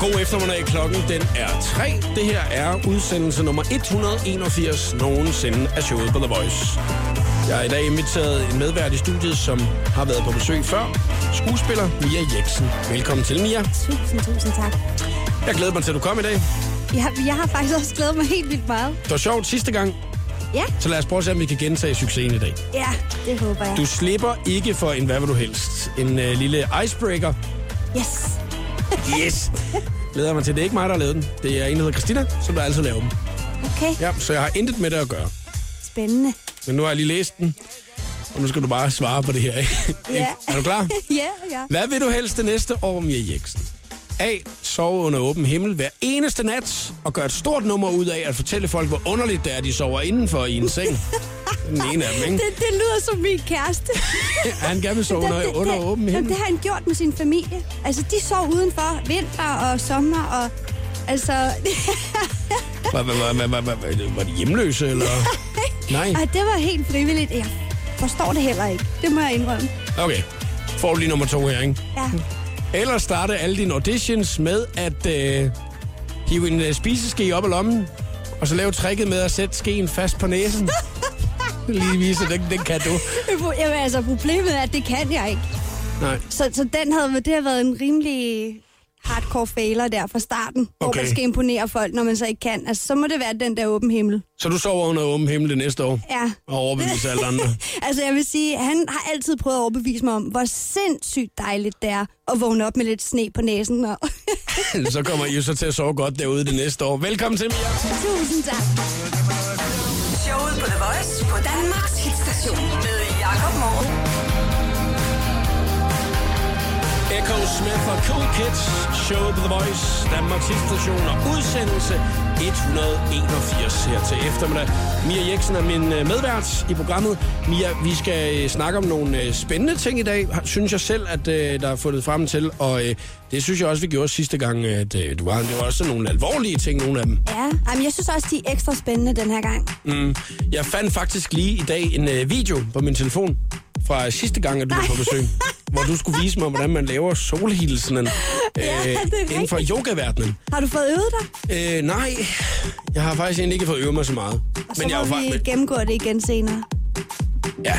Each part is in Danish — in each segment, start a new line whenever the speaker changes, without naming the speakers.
God eftermiddag. Klokken den er 3. Det her er udsendelse nummer 181 nogensinde af showet på The Voice. Jeg har i dag inviteret en medvært i studiet, som har været på besøg før. Skuespiller Mia Jeksen. Velkommen til, Mia.
Tusind tak.
Jeg glæder mig til, at du kom i dag.
Jeg har faktisk også glædet mig helt vildt meget.
Det var sjovt sidste gang.
Ja.
Så lad os prøve at se, om vi kan gentage succesen i dag.
Ja, det håber jeg.
Du slipper ikke for en hvad vil du helst. En lille icebreaker.
Yes.
Yes. Glæder mig til. Det er ikke mig, der har lavet den. Det er en, der hedder Christina, som der altid laver dem.
Okay.
Ja, så jeg har intet med det at gøre.
Spændende.
Men nu har jeg lige læst den, og nu skal du bare svare på det her, ikke?
Ja.
Er du klar?
Ja.
Hvad vil du helst det næste år, Mia Jeksen? A. Sove under åben himmel hver eneste nat, og gøre et stort nummer ud af at fortælle folk, hvor underligt det er, de sover indenfor i en seng. Den ene af dem, ikke?
Det lyder som min kæreste.
Han gerne vil sove under åben himmel.
Det har han gjort med sin familie. Altså, de sov udenfor vinter og sommer, og altså...
Var de hjemløse, eller? Nej.
Ej, det var helt frivilligt. Jeg forstår det heller ikke. Det må jeg indrømme.
Okay. Får du lige nummer 2 her, ikke?
Ja.
Eller starte alle dine auditions med at hive en spiseske op af lommen, og så lave tricket med at sætte skeen fast på næsen. Lige vise, den kan du.
Jamen, altså, problemet er, at det kan jeg ikke.
Nej.
Så det har været en rimelig hardcore failer der fra starten, hvor man skal imponere folk, når man så ikke kan. Altså, så må det være den der åben himmel.
Så du sover under åben himmel det næste år?
Ja.
Og overbevise alle andre?
Altså, jeg vil sige, han har altid prøvet at overbevise mig om, hvor sindssygt dejligt det er at vågne op med lidt sne på næsen. Og
så kommer I jo så til at sove godt derude det næste år. Velkommen til, Mia.
Tusind tak.
Showet på The Voice på Danmarks hitstation med Jakob Morup.
Echo Smith og Cool Kids, showet på The Voice, Danmarks hitstation og udsendelse 181 her til eftermiddag. Mia Jeksen er min medvært i programmet. Mia, vi skal snakke om nogle spændende ting i dag, synes jeg selv, at der er fundet frem til. Og det synes jeg også, vi gjorde sidste gang, at det var også nogle alvorlige ting, nogle af dem.
Ja, men jeg synes også, de er ekstra spændende den her gang.
Jeg fandt faktisk lige i dag en video på min telefon fra sidste gang, at du var på besøg. Hvor du skulle vise mig, hvordan man laver solhilsenen inden for yogaverdenen.
Har du fået øvet dig?
Nej, jeg har faktisk egentlig ikke fået øvet mig så meget.
Og så må vi gennemgå det igen senere.
Ja,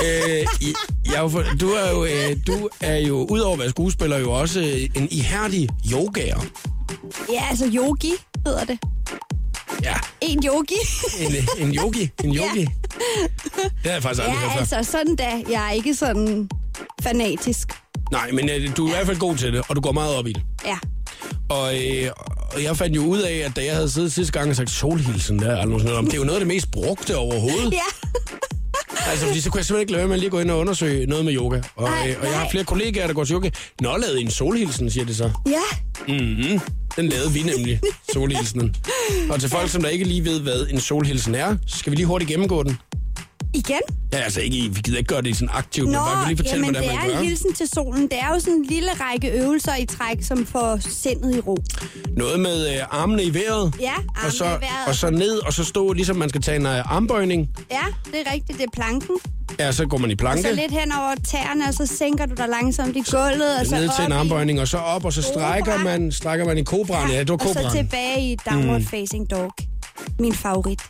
du er jo udover at være skuespiller jo også en ihærdig yogaer.
Ja, altså yogi hedder det.
Ja.
En yogi.
En yogi. Ja. Det har jeg faktisk aldrig hørt før.
Ja, altså sådan da. Jeg er ikke sådan fanatisk.
Nej, men du er i hvert fald god til det, og du går meget op i det.
Ja.
Og jeg fandt jo ud af, at da jeg havde siddet sidste gang og sagt solhilsen, det er jo noget af det mest brugte overhovedet.
Ja.
Altså, fordi så kunne jeg simpelthen ikke lade være med at lige gå ind og undersøge noget med yoga. Og jeg har flere kollegaer, der går til yoga. Nå, lavede en solhilsen, siger det så.
Ja.
Mhm. Den lavede vi nemlig, solhilsenen. Og til folk, som der ikke lige ved, hvad en solhilsen er, så skal vi lige hurtigt gennemgå den.
Igen?
Ja, altså vi gider ikke gøre det sådan aktivt, men
Nå,
bare lige fortælle, hvordan man gør.
det er en hilsen til solen. Det er jo sådan en lille række øvelser i træk, som får sindet i ro.
Noget med armene i vejret.
Ja, armene i vejret.
Og så ned, og så stå, ligesom man skal tage en armbøjning.
Ja, det er rigtigt. Det er planken.
Ja, så går man i planke.
Og så lidt hen over tæerne, og så sænker du dig langsomt i gulvet. Og så
ned til en armbøjning, og så op, og så strækker man i kobraen. Ja, det var kobraen.
Og så tilbage i downward facing dog. Min favorit.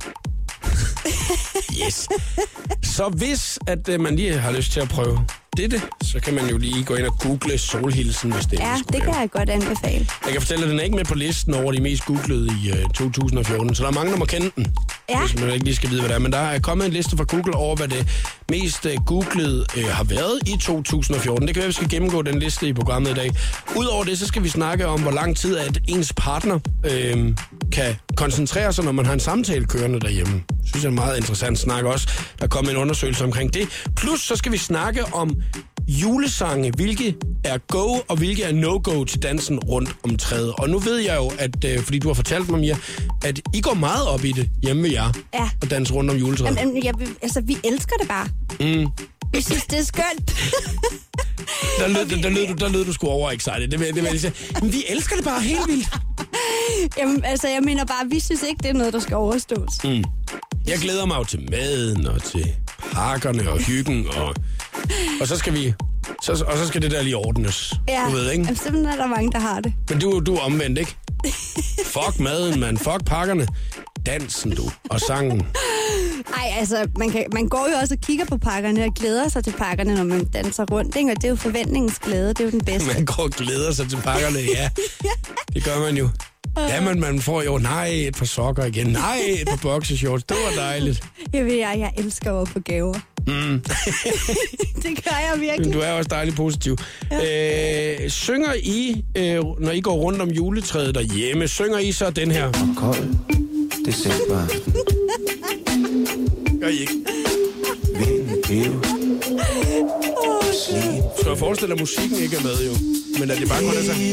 Yes. Så hvis at man lige har lyst til at prøve dette, så kan man jo lige gå ind og google solhilsen, hvis det er.
Ja, det kan jeg godt anbefale.
Jeg kan fortælle, at den er ikke med på listen over de mest googlede i 2014, så der er mange, der må kende den, hvis man ikke lige skal vide, hvad det er. Men der er kommet en liste fra Google over, hvad det mest googlede har været i 2014. Det kan være, vi skal gennemgå den liste i programmet i dag. Udover det, så skal vi snakke om, hvor lang tid at ens partner kan koncentrere sig, når man har en samtale kørende derhjemme. Jeg synes, det er en meget interessant snak også. Der er kommet en undersøgelse omkring det. Plus, så skal vi snakke om julesange, hvilke er go og hvilke er no-go til dansen rundt om træet. Og nu ved jeg jo, at fordi du har fortalt mig, Mia, at I går meget op i det hjemme ved jer.
Ja.
Og danse rundt om juletræet.
Jamen, vi elsker det bare. Vi synes, det er skønt.
Der lød du sgu over excited. Det vil jeg sige. Men vi elsker det bare helt vildt.
Jamen, altså, jeg mener bare, vi synes ikke, det er noget, der skal overstås.
Jeg glæder mig jo til maden og til parkerne og hyggen og så skal vi Og så skal det der lige ordnes.
Ja,
du ved, ikke?
Simpelthen er der mange, der har det.
Men du er omvendt, ikke? Fuck maden, mand. Fuck pakkerne. Dansen, du. Og sangen.
Ej, altså, man går jo også og kigger på pakkerne og glæder sig til pakkerne, når man danser rundt, ikke? Og det er jo forventningens glæde, det er jo den bedste.
Man går og glæder sig til pakkerne, ja. Det gør man jo. Ja, men man får jo, et par sokker igen. Nej, et par boxershorts. Det var dejligt.
Jeg elsker at få gaver. Det gør jeg virkelig.
Du er også dejligt positiv. Ja. Synger I, når I går rundt om juletræet derhjemme, synger I så den her?
Kold december.
Gør I ikke?
Vinden piv.
Så jeg forestiller, at musikken ikke er med, jo. Men at det bare kun er så...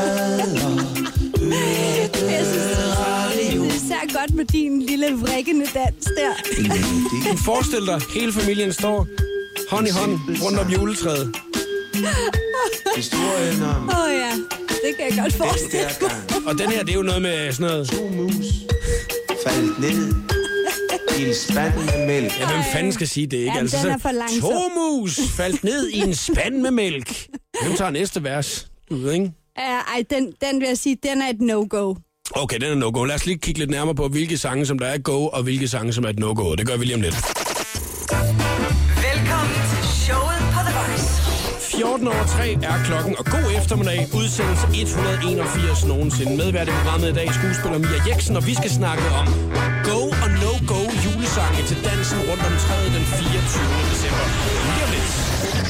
Jeg synes, det ser godt med din lille vrikkende dans der.
Forestil dig, hele familien står hånd i hånd rundt om juletræet.
Historien om...
ja, det kan jeg godt forestille mig.
Og den her, det er jo noget med sådan noget...
2 mus faldt ned i en spand med mælk.
Ja, hvem fanden skal sige det, ikke?
Ja,
altså,
den er for langsom.
2 mus faldt ned i en spand med mælk. Hvem tager næste vers? Du ved, ikke?
Ej, den vil jeg sige, den er et no-go.
Okay, den er no-go. Lad os lige kigge lidt nærmere på, hvilke sange, som der er go, og hvilke sange, som er et no-go. Det gør vi lige om lidt.
Velkommen til showet på The Voice.
14:03 er klokken, og god eftermiddag, udsendelse 181 nogensinde. Medvært i programmet i dag, skuespiller Mia Jeksen, og vi skal snakke om go og no-go julesange til dansen rundt om træet den 24. december. Lige om lidt.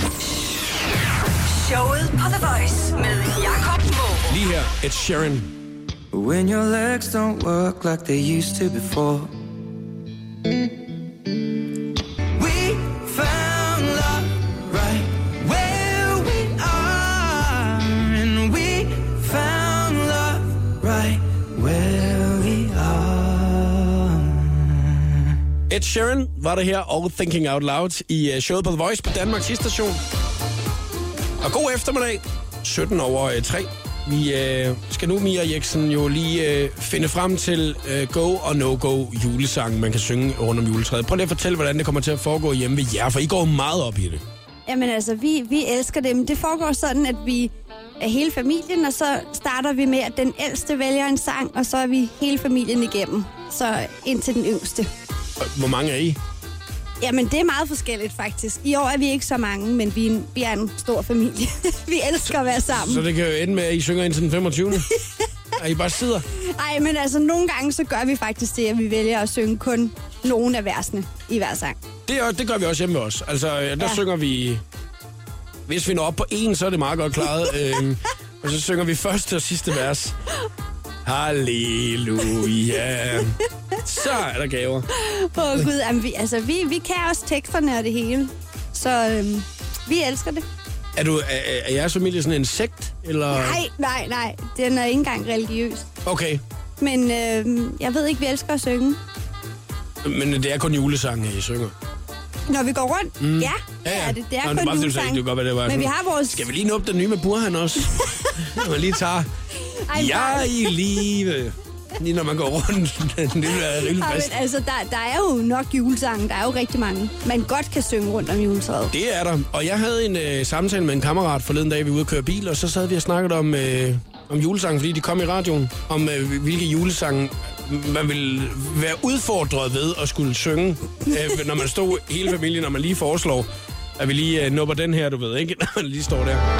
Showet på The Voice med Jakob Morup.
Lige her, Ed Sheeran.
When your legs don't work like they used to before. We found love right where we are. And we found love right where we are.
Ed Sheeran var det her, og Thinking Out Loud i showet på The Voice på Danmarks station. Og god eftermiddag, 3:17. Vi skal nu, Mia Jeksen, jo lige finde frem til go og no-go julesange, man kan synge rundt om juletræet. Prøv lige at fortælle, hvordan det kommer til at foregå hjemme ved jer, for I går meget op i det.
Jamen altså, vi elsker det, men det foregår sådan, at vi er hele familien, og så starter vi med, at den ældste vælger en sang, og så er vi hele familien igennem, så ind til den yngste.
Hvor mange er I?
Jamen, det er meget forskelligt, faktisk. I år er vi ikke så mange, men vi er en stor familie. Vi elsker at være sammen.
Så det kan jo ende med, at I synger ind til den 25. At I bare sidder?
Ej, men altså, nogle gange så gør vi faktisk det, at vi vælger at synge kun nogle af versene i hver sang.
Det gør vi også hjemme med os. Altså, der synger vi... Hvis vi når op på 1, så er det meget godt klaret. Og så synger vi første og sidste vers. Halleluja. Så er der gaver.
Gud, jamen, vi kan også teksterne og det hele. Så vi elsker det.
Er jeres familie sådan en sekt? Eller?
Nej. Den er ikke engang religiøs.
Okay.
Men jeg ved ikke, vi elsker at synge.
Men det er kun julesange, I synger?
Når vi går rundt? Ja. Det er kun julesange. Men vi har vores...
Skal vi lige nå op den nye med Burhan også? Når man lige tager... Jeg i live. Lige når man går rundt. Det er rimelig fast.
Altså, der er jo nok julesange. Der er jo rigtig mange, man godt kan synge rundt om juletræet.
Det er der. Og jeg havde en samtale med en kammerat forleden dag, vi var ude at køre bil, og så sad vi og snakkede om julesange, fordi de kom i radioen, om hvilke julesange man ville være udfordret ved at skulle synge, når man stod hele familien, når man lige foreslår, at vi lige nupper den her, du ved, ikke? Når man lige står der.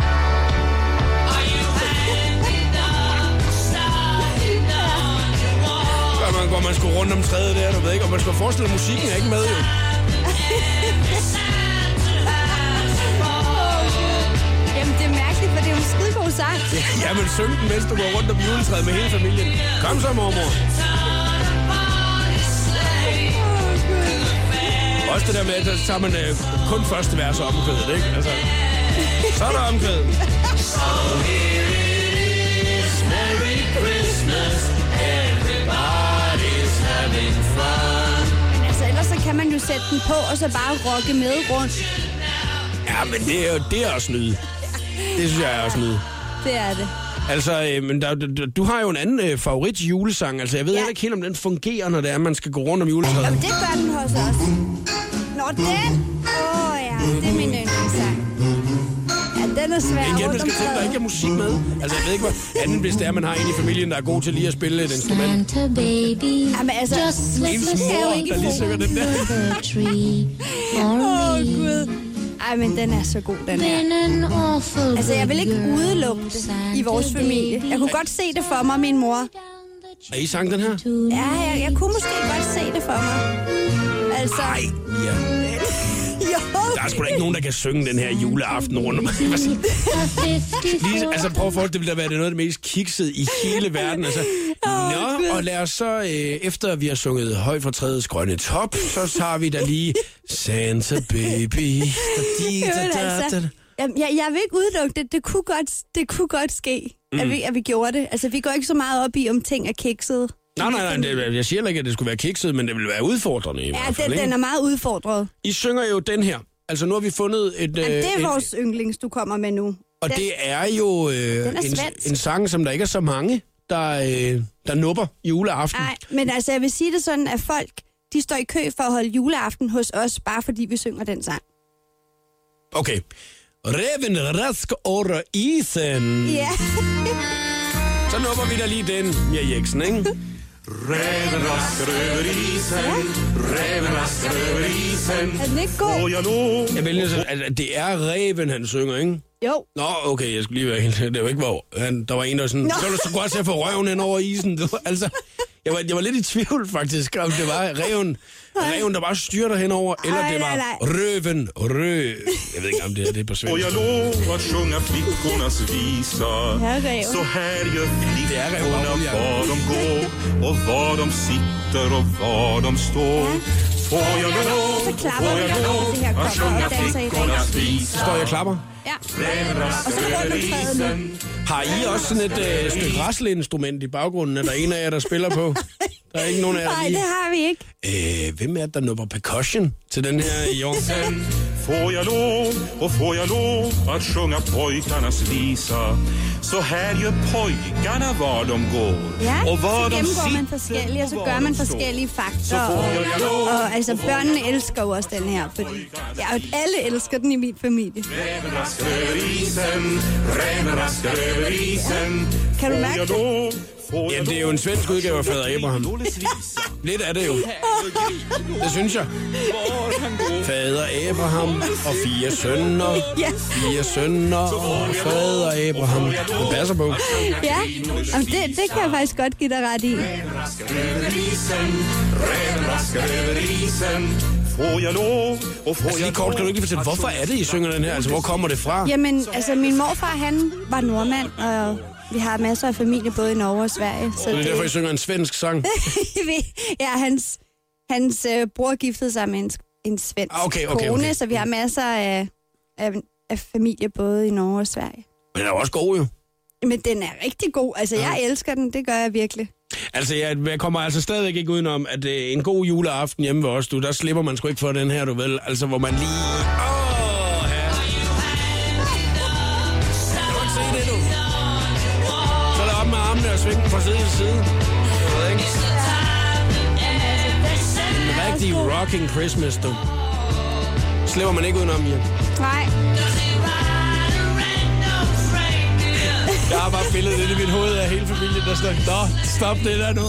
Hvor man skulle rundt om træet der, du ved ikke, og man skulle forestille, at musikken er ikke med, jo.
Jamen, det er mærkeligt, for det er jo en skidegod sang.
Ja, men syng den, mens du går rundt om juletræet med hele familien. Kom så, mormor. Også det der med, at så tager man kun første vers og omkvædet, ikke? Altså, så er der omkvædet. So here it is, Merry Christmas, everybody's having fun.
Men altså, ellers så kan man jo sætte den på, og så bare rocke med rundt.
Ja, men det er også nyde. Det synes jeg er også nyde.
Det er det.
Altså, men du har jo en anden favorit julesang. Altså, jeg ved ikke helt, om den fungerer, når det er, man skal gå rundt om juletræet.
Jamen, det gør den hos os. Nå, den? Ja, det er min yndlingssang. Den er svær
Igen, man
rundt
skal tænke, der ikke er musik med. Altså, jeg ved ikke, hvad andet, hvis det er, man har en i familien, der er god til lige at spille et instrument.
Jamen altså...
Ens mor, der lige synger den der.
Gud. Ej, men den er så god, den her. Altså, jeg vil ikke udelukke det i vores familie. Jeg kunne godt se det for mig, min mor.
Er I sang den her?
Ja, jeg kunne måske godt se det for mig. Altså...
Ej, ja. Der er sgu da ikke nogen, der kan synge den her juleaften rundt om mig. Lige, altså prøv at forestille, det ville da være noget af det mest kiksede i hele verden. Altså, og lad os så, efter vi har sunget Høj fra træets grønne top, så tager vi da lige Santa Baby.
Jeg vil ikke udelukke det. Det kunne godt ske, at vi gjorde det. Altså, vi går ikke så meget op i, om ting er kiksede.
Nej, jeg siger ikke, at det skulle være kikset, men det ville være udfordrende i hvert fald.
Ja, den er meget udfordret.
I synger jo den her. Altså, nu har vi fundet et...
det er vores yndlings, du kommer med nu.
Og det er jo en sang, som der ikke er så mange, der nupper juleaften.
Nej, men altså, jeg vil sige det sådan, at folk, de står i kø for at holde juleaften hos os, bare fordi vi synger den sang.
Okay. Reven rask over isen.
Ja.
Så nupper vi da lige den, Mia Jeksen, ikke?
Räven raskar över isen, räven raskar över isen.
Er den ikke god?
Jeg vælger sådan, at det er Ræven, han synger, ikke?
Jo.
Nå, okay, jeg skulle lige være helt... Det var ikke, hvor der var en, der sådan... Så var du så godt til at få røven hen over isen. Altså, jeg var lidt i tvivl, faktisk, om det var Ræven, der bare styrter henover, eller det var Røven, Jeg ved ikke, om det er på svensk.
Och jag lovar att sjunga flickornas visa. Så här gör flickorna var de går och var de sitter och var de står. Får jag lov att sjunga flickornas visa.
Står jeg og klapper?
Ja. Og så rundt om træet.
Har I også sådan et stykke rassleinstrument i baggrunden, er der en af jer, der spiller på? Der er ikke nogen af jer,
Nej, det har vi ikke.
Hvem er det, der nupper percussion til den her i år?
Får jag lov att sjunga pojkarnas visa. Så här gör pojkarna var de går.
Ja,
och var
så
de
gennemgår man forskellige, og så gør man forskellige faktorer. Og altså, børnene elsker jo også den her, fordi alle elsker den i min familie.
Räven raskar över isen, räven raskar över isen.
Kan du mærke det?
Jamen, det er jo en svensk udgave af Fader Abraham. Lidt er det jo. Det synes jeg. Fader Abraham og 4 sønner. 4 sønner og Fader Abraham. Det passer på.
Ja, og det kan jeg faktisk godt give dig ret i.
Altså lige kort, kan du ikke fortælle, hvorfor er det, I synger den her? Altså, hvor kommer det fra?
Jamen, altså min morfar, han var nordmand, og vi har masser af familie både i Norge og Sverige. Så
det er derfor, I synger en svensk sang?
Ja, hans bror giftede sig med en svensk kone, så vi har masser af familie både i Norge og Sverige.
Men den er også god jo.
Men den er rigtig god. Altså, jeg elsker den. Det gør jeg virkelig.
Altså, jeg kommer altså stadigvæk ikke udenom, at en god juleaften hjemme ved os, der slipper man sgu ikke for den her, du vel. Altså, hvor man lige... her. Kan du ikke se det, du? Så er der op med armene og svinge fra side til side. Jeg ved ikke. En rigtig rocking Christmas, du. Slipper man ikke udenom, ja.
Nej.
Jeg har bare billedet lidt i mit hoved af hele familien, der står, stop det der nu.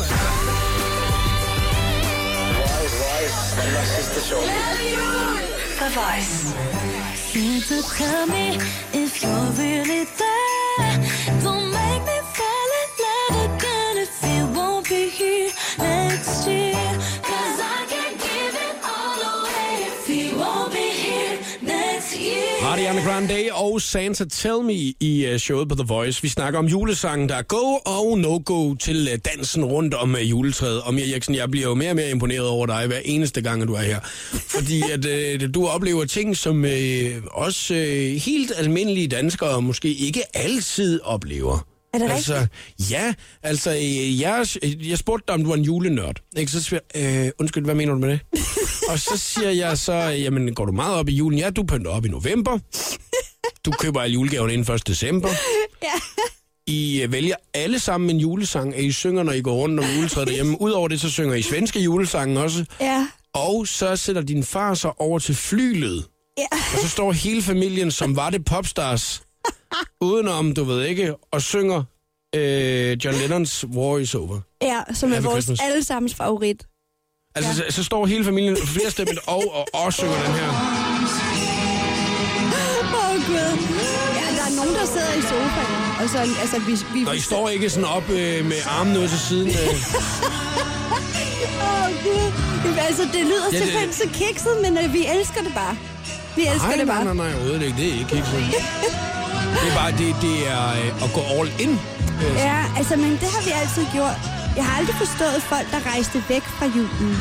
The Voice.
Santa, tell me if you're really there. Don't make me fall in love again if you won't be here next year. 'Cause I can't give it all away if you won't be here next year.
Ariana Grande og Santa Tell Me i showet på The Voice. Vi snakker om julesangen, der er go og no-go til dansen rundt om juletræet. Og Mia Jeksen, jeg bliver jo mere og mere imponeret over dig hver eneste gang, du er her. Fordi at du oplever ting, som også helt almindelige danskere måske ikke altid oplever.
Er det rigtigt?
Ja, altså, jeg spurgte dig, om du var en julenørd. Ikke? Så siger undskyld, hvad mener du med det? Og så siger jeg så, jamen, går du meget op i julen? Ja, du pynter op i november. Du køber alle julegaven inden 1. december.
Ja.
I vælger alle sammen en julesang, at I synger, når I går rundt om juletræet derhjemme. Udover det, så synger I svenske julesange også.
Ja.
Og så sætter din far sig over til flylet.
Ja.
Og så står hele familien, som var det popstars, udenom, du ved ikke, og synger John Lennons Voice-Over.
Ja, som er vores allesammens favorit.
Altså, så står hele familien flerstemt og synger den her.
Gud. Ja, der er nogen, der sidder i sofaen. Og så, altså, vi
Nå, I står ikke sådan op med armen ud til siden.
Gud. Altså, det lyder simpelthen så kikset, men vi elsker det bare. Vi elsker det bare.
Nej, overhovedet ikke. Det er ikke kikset. Det er bare, det er at gå all in.
Ja, altså, men det har vi altid gjort. Jeg har aldrig forstået folk, der rejste væk fra julen.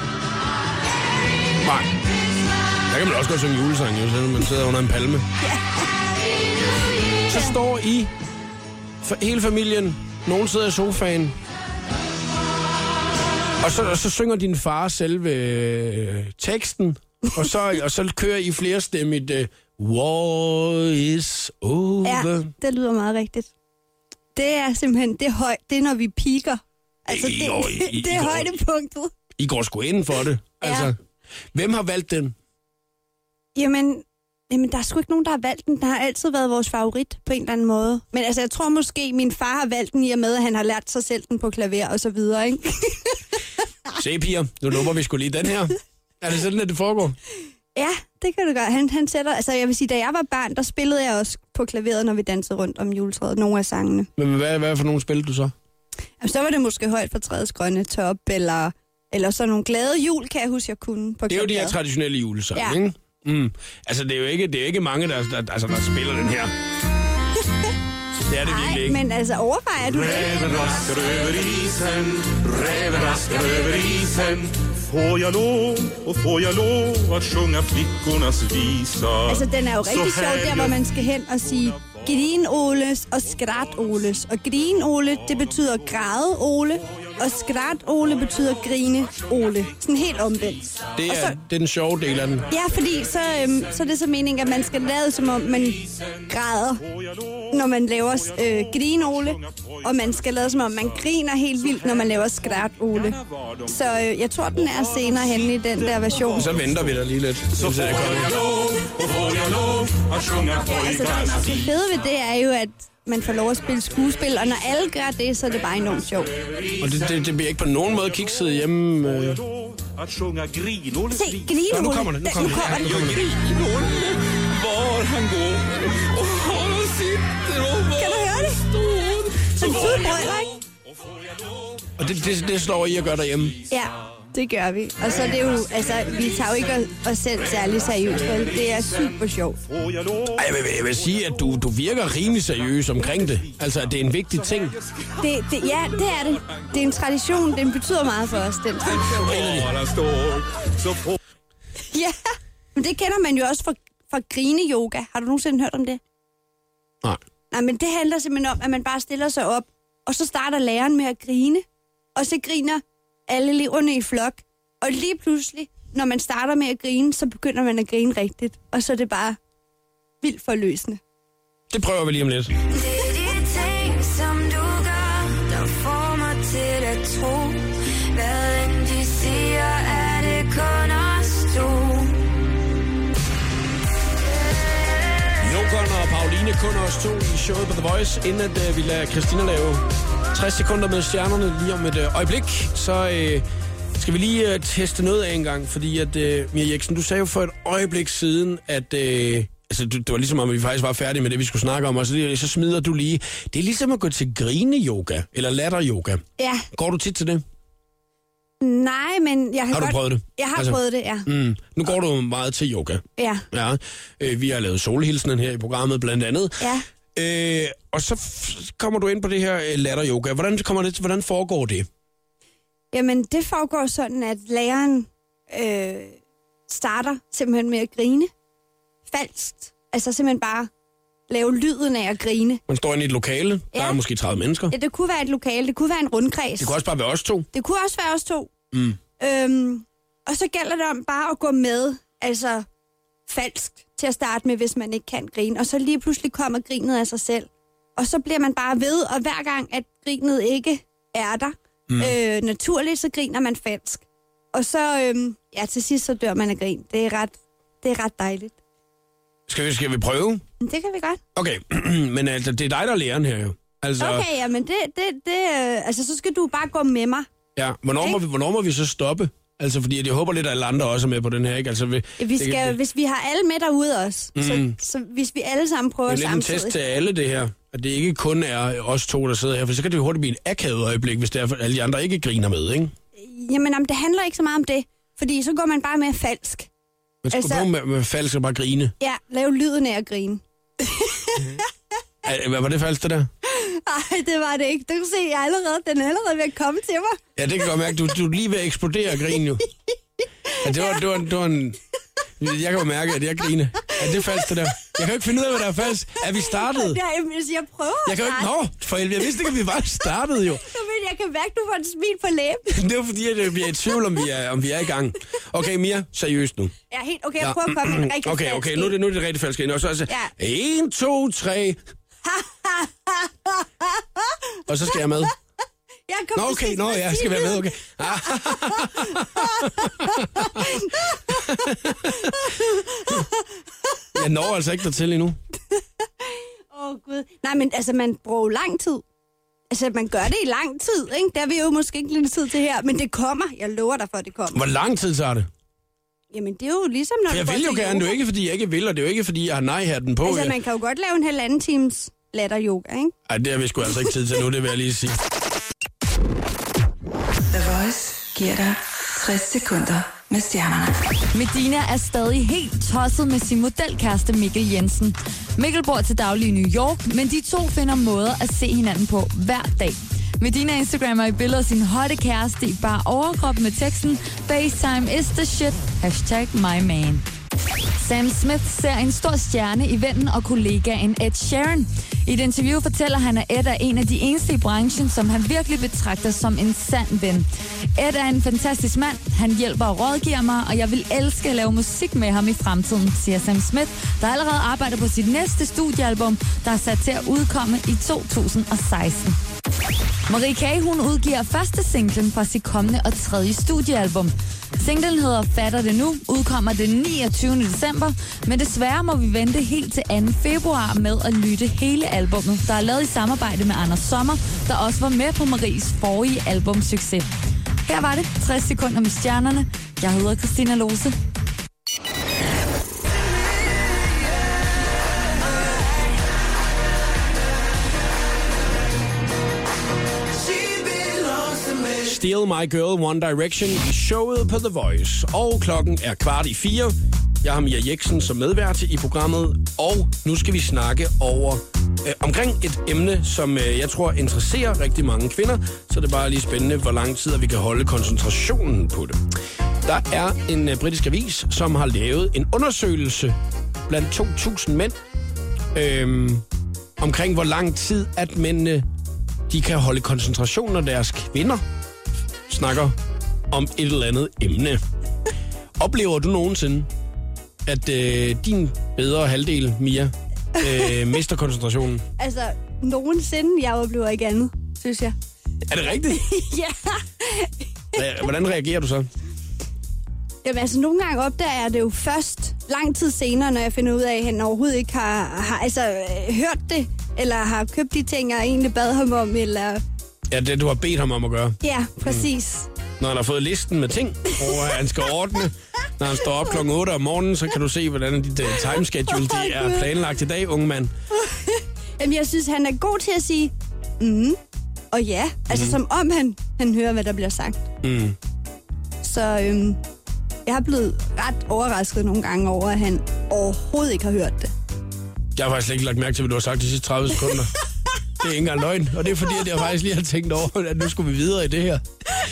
Nej. Der kan man også godt synge julesang, jo, selvom man sidder under en palme. Så står I, hele familien, nogen sidder i sofaen, og så synger din far selve teksten, og så kører I flerstemmigt War is over.
Ja, det lyder meget rigtigt. Det er simpelthen, det er højt, det er når vi piker. Altså, det er højdepunktet.
I går sgu inden for det. Altså, hvem har valgt den?
Jamen, der er sgu ikke nogen, der har valgt den. Den har altid været vores favorit på en eller anden måde. Men altså, jeg tror måske, min far har valgt den i og med, at han har lært sig selv den på klaver og så videre, ikke?
Se, piger, nu lukker vi sgu lige den her. Er det sådan, at det foregår?
Ja, det kan du gøre. Han sætter, altså jeg vil sige, da jeg var barn, der spillede jeg også på klaveret, når vi dansede rundt om juletræet, nogle af sangene.
Men hvad for nogle spillede du så?
Altså, så var det måske Højt for træets grønne top, eller sådan nogle glade jul, kan jeg huske, jeg kunne på klaver.
Det er jo de her traditionelle julesange, ikke? Mm. Altså, det er jo ikke mange, der spiller den her. Det er det virkelig ikke.
Men altså, overvejer du det?
Räven raskar över isen. Får jag lov att sjunga flickornas visa.
Altså, den er jo rigtig sjov, der hvor man skal hen og sige Grin-Oles og Skrat-Oles. Og Grin-Ole, det betyder græde-Ole, og Skrat-Ole betyder grine-Ole. Sådan helt omvendt.
Det er den sjove del af den.
Ja, fordi så er det så meningen, at man skal lade som om man græder, når man laver Grin-Ole, og man skal lade som om man griner helt vildt, når man laver Skrat-Ole. Så jeg tror, den er senere henne i den der version.
Så venter vi der lige lidt.
Så får jag lov att sjunga pojkarnas
Det fede ved det er jo, at man får lov at spille skuespil, og når alle gør det, så er det bare enormt sjovt.
Og det bliver ikke på nogen måde kikset hjemme.
Att sjunga Grin-Ole.
Se, Grin-Ole.
Nu kommer det.
Grin-Ole, var han går. Och han sitter och
Kan du høre det? Den søde brødder, ikke?
Og det slår I at gøre derhjemme?
Ja, det gør vi. Og så er det jo, altså, vi tager jo ikke os selv særlig seriøst, vel? Det er super sjovt.
Jeg vil sige, at du virker rimelig seriøs omkring det. Altså, at det er en vigtig ting.
Ja, det er det. Det er en tradition. Den betyder meget for os, den tradition. Ja, men det kender man jo også fra grine-yoga. Har du nogensinde hørt om det?
Nej.
Nej, men det handler simpelthen om, at man bare stiller sig op, og så starter læreren med at grine, og så griner alle eleverne i flok. Og lige pludselig, når man starter med at grine, så begynder man at grine rigtigt. Og så er det bare vildt forløsende.
Det prøver vi lige om lidt.
Det er de ting, som du gør, der får mig til at tro. Hvad end de siger, er det kun os to.
Jokeren og Pauline, kun os to i showet på The Voice, inden at vi lader Christina lave 60 sekunder med stjernerne lige om et øjeblik. Så skal vi lige teste noget af en gang, fordi at Mia Jeksen, du sagde jo for et øjeblik siden, at altså, det var ligesom om, vi faktisk var færdige med det, vi skulle snakke om, og så smider du lige. Det er ligesom at gå til grine-yoga, eller latter-yoga.
Ja.
Går du tit til det?
Nej, men jeg
har du prøvet det?
Jeg har prøvet det, ja.
Nu går du meget til yoga.
Ja.
Ja. Vi har lavet solhilsenen her i programmet, blandt andet.
Ja.
Og så kommer du ind på det her latter-yoga. Hvordan foregår det?
Jamen, det foregår sådan, at læreren starter simpelthen med at grine. Falskt. Altså simpelthen bare lave lyden af at grine.
Man står inde i et lokale. Der er måske 30 mennesker.
Ja, det kunne være et lokale. Det kunne være en rundkreds.
Det kunne også bare være os to.
Det kunne også være os to. Og så gælder det om bare at gå med, altså falsk til at starte med, hvis man ikke kan grine. Og så lige pludselig kommer grinet af sig selv. Og så bliver man bare ved, og hver gang, at grinet ikke er der, naturligt, så griner man falsk. Og så, til sidst så dør man af grin. Det er ret dejligt.
Skal vi prøve?
Det kan vi godt.
Okay, men altså, det er dig, der er læreren her jo. Altså,
okay, ja, men altså, så skal du bare gå med mig.
Ja, hvornår må vi så stoppe? Altså, fordi jeg håber lidt, at alle andre også er med på den her, ikke? Altså,
hvis vi har alle med derude også, så hvis vi alle sammen prøver samtidig. Det er en test
til alle det her, at det ikke kun er os to, der sidder her, for så kan det jo hurtigt blive en akavet øjeblik, hvis det er, alle de andre ikke griner med, ikke?
Jamen, det handler ikke så meget om det, fordi så går man bare med falsk.
Man skal prøve med falsk og bare grine.
Ja, lave lyden af at grine.
Hvad var det falsk, det der?
Nej, det var det ikke. Du kan se, den er allerede ved at komme til mig.
Ja, det kan godt mærke. Du er lige ved at eksplodere og grine jo. Ja, det var en... Jeg kan jo mærke, at jeg griner. Er det falsk, det der? Jeg kan jo ikke finde ud af, hvad der er falsk. Er vi startet?
Ja, jeg prøver
jeg kan jo ikke... for helvede. Jeg vidste ikke, at vi bare startede jo.
Jeg kan mærke, du får et smil på læben.
Det var fordi, at jeg bliver i tvivl, om vi er i gang. Okay, Mia, seriøst nu.
Ja, helt okay. Jeg prøver at komme en rigtig falsk.
Okay, nu er det rigtig falsk. Og så altså... 1, 2, 3... Og så skal jeg med. Jeg skal være med, okay. Jeg når altså ikke dertil endnu.
Gud. Nej, men altså, man bruger lang tid. Altså, man gør det i lang tid, ikke? Der er vi jo måske ikke lidt tid til her, men det kommer. Jeg lover dig for, at det kommer.
Hvor lang tid tager det?
Jamen, det er jo ligesom, når
jeg vil jo gerne, det er jo ikke, fordi jeg ikke vil, og det er jo ikke, fordi jeg har nej-hatten på.
Altså, man kan jo godt lave en 1,5 times latter-yoga, ikke?
Ej, det har vi sgu altså ikke tid til nu, det vil jeg lige sige.
The Voice giver dig 60 sekunder med stjernerne.
Medina er stadig helt tosset med sin modelkæreste Mikkel Jensen. Mikkel bor til daglig i New York, men de to finder måder at se hinanden på hver dag. Medina Instagrammer i billeder sin hotte kæreste i bare overkrop med teksten FaceTime is the shit, #myman. Sam Smith ser en stor stjerne i vennen og kollegaen Ed Sheeran. I et interview fortæller han, at Ed er en af de eneste i branchen, som han virkelig betragter som en sand ven. Ed er en fantastisk mand, han hjælper og rådgiver mig, og jeg vil elske at lave musik med ham i fremtiden, siger Sam Smith, der allerede arbejder på sit næste studiealbum, der er sat til at udkomme i 2016. Marie K. hun udgiver første singlen fra sit kommende og tredje studiealbum. Singlen hedder Fatter det nu, udkommer den 29. december, men desværre må vi vente helt til 2. februar med at lytte hele albummet, der er lavet i samarbejde med Anders Sommer, der også var med på Maries forrige albumsucces. Her var det 60 sekunder med stjernerne. Jeg hedder Christina Lose.
Steal My Girl, One Direction i showet på The Voice. Og klokken er 3:15. Jeg har Mia Jeksen som medvært i programmet, og nu skal vi snakke omkring et emne, som jeg tror interesserer rigtig mange kvinder, så det er bare lige spændende, hvor lang tid vi kan holde koncentrationen på det. Der er en britisk avis, som har lavet en undersøgelse blandt 2.000 mænd omkring, hvor lang tid at mændene de kan holde koncentration, når deres kvinder snakker om et eller andet emne. Oplever du nogensinde, at din bedre halvdel, Mia, mister koncentrationen?
Altså, nogensinde. Jeg oplever ikke andet, synes jeg.
Er det rigtigt?
Ja.
Hvordan reagerer du så?
Jamen altså, nogle gange opdager jeg det jo først lang tid senere, når jeg finder ud af, at han overhovedet ikke har hørt det, eller har købt de ting, jeg egentlig bad ham om, eller...
Ja, det du har bedt ham om at gøre.
Ja, præcis.
Når han har fået listen med ting, og han skal ordne, når han står op klokken 8 om morgenen, så kan du se, hvordan dit timeschedule det er planlagt i dag, unge mand.
Jamen, jeg synes, han er god til at sige, og ja, altså som om han hører, hvad der bliver sagt. Så jeg har blevet ret overrasket nogle gange over, at han overhovedet ikke har hørt det.
Jeg har faktisk ikke lagt mærke til, hvad du har sagt de sidste 30 sekunder. Det er ikke engang løgn, og det er fordi, at jeg faktisk lige har tænkt over, at nu skulle vi videre i det her.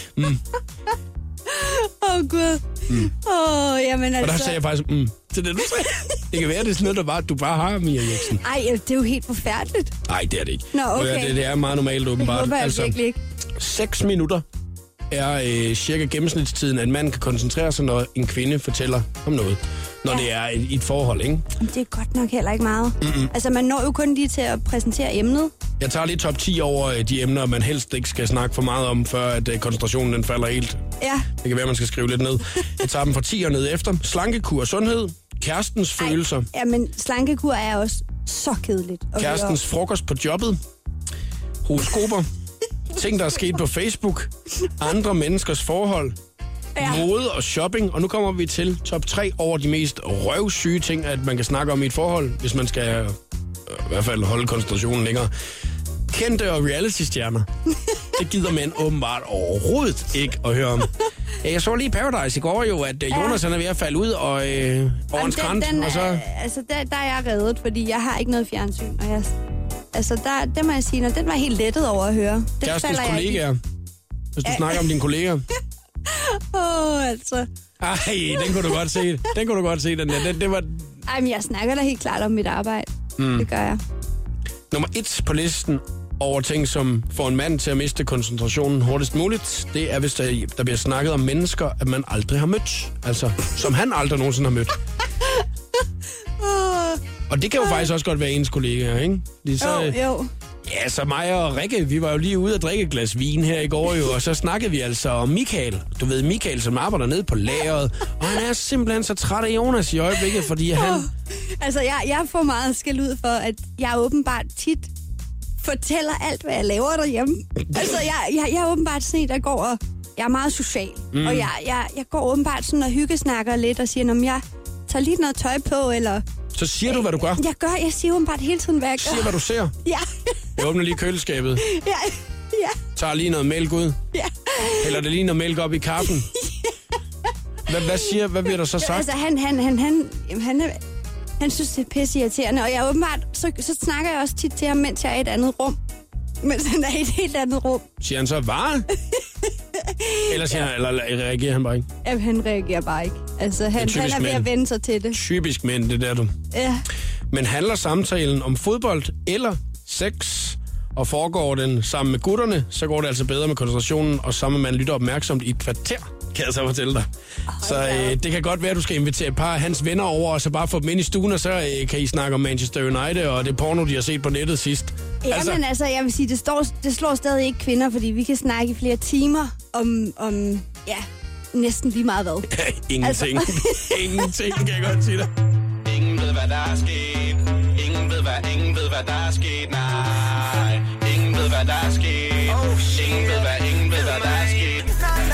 Gud. Jamen altså...
Og der sagde jeg faktisk, til det, du sagde. Det kan være, det er sådan noget, du bare har, Mia Jeksen.
Ej, det er jo helt forfærdeligt.
Nej, det er det ikke.
Nå, okay.
Det er meget normalt, åbenbart.
Det håber jeg virkelig ikke.
6 minutter er cirka gennemsnitstiden, at en mand kan koncentrere sig, når en kvinde fortæller om noget. Når det er i et forhold, ikke?
Det er godt nok heller ikke meget. Altså, man når jo kun lige til at præsentere emnet.
Jeg tager lige top 10 over de emner, man helst ikke skal snakke for meget om, før at koncentrationen den falder helt.
Ja.
Det kan være, man skal skrive lidt ned. Jeg tager dem fra 10 og ned efter. Slankekur og sundhed, Kærestens følelser.
Ja, men slankekur er også så kedeligt.
Kærestens frokost på jobbet. Horoskoper. Ting, der er sket på Facebook. Andre menneskers forhold. Mode og shopping. Og nu kommer vi til top 3 over de mest røvsyge ting, at man kan snakke om i et forhold, hvis man skal i hvert fald holde koncentrationen længere. Kendte og reality-stjerner. Det gider mænd åbenbart overhovedet ikke at høre om. Jeg så lige Paradise i går jo, at Jonas han er ved at falde ud og over en skrant. Og så...
Altså, der er jeg reddet, fordi jeg har ikke noget fjernsyn. Og det må jeg sige, når den var helt lettet over at høre.
Kærestens kollegaer. Hvis du snakker om dine kollegaer.
Altså.
Ej, den kunne du godt se. Den kunne du godt se, den der. Det var...
Ej, men jeg snakker da helt klart om mit arbejde. Det gør jeg.
Nummer 1 på listen over ting, som får en mand til at miste koncentrationen hurtigst muligt, det er, hvis der bliver snakket om mennesker, at man aldrig har mødt. Altså, som han aldrig nogensinde har mødt. Og det kan jo faktisk også godt være ens kollegaer, ikke?
Jo.
Ja, så mig og Rikke, vi var jo lige ude at drikke et glas vin her i går jo, og så snakkede vi altså om Michael. Du ved, Michael, som arbejder nede på lageret, og han er simpelthen så træt af Jonas i øjeblikket, fordi han...
Altså, jeg får meget skæld ud for, at jeg åbenbart tit fortæller alt, hvad jeg laver derhjemme. Altså, jeg er åbenbart sådan en, der går og... Jeg er meget social, og jeg går åbenbart sådan og hyggesnakker lidt og siger, om jeg tager lige noget tøj på, eller...
Så siger du, hvad du gør?
Jeg siger åbenbart hele tiden, hvad jeg gør.
Siger, hvad du ser?
Ja.
Jeg åbner lige køleskabet.
Ja.
Tager lige noget mælk ud.
Ja.
Hælder det lige noget mælk op i kaffen. Hvad bliver der så sagt?
Altså, han synes, det er pisse irriterende, og jeg åbenbart, så snakker jeg også tit til ham, mens jeg er i et andet rum. Mens han er i et helt andet rum.
Siger han så, hvad? eller reagerer han bare ikke?
Jamen, han reagerer bare ikke. Altså, han er ved at vende sig til det.
Typisk mænd, det der, du.
Ja.
Men handler samtalen om fodbold eller sex, og foregår den sammen med gutterne, så går det altså bedre med koncentrationen, og så må man lytte opmærksomt i et kvarter, kan jeg så fortælle dig. Så det kan godt være, at du skal invitere et par af hans venner over, og så bare få dem ind i stuen, og så kan I snakke om Manchester United, og det porno, de har set på nettet sidst.
Jamen altså, jeg vil sige, det slår stadig ikke kvinder, fordi vi kan snakke i flere timer om næsten lige meget hvad.
Ingenting. Ingenting, kan jeg godt sige dig.
Ingen ved, hvad der er sket. Ingen ved, hvad der er sket. Nej. Ingen ved, hvad der er sket. Ingen ved, hvad der er sket.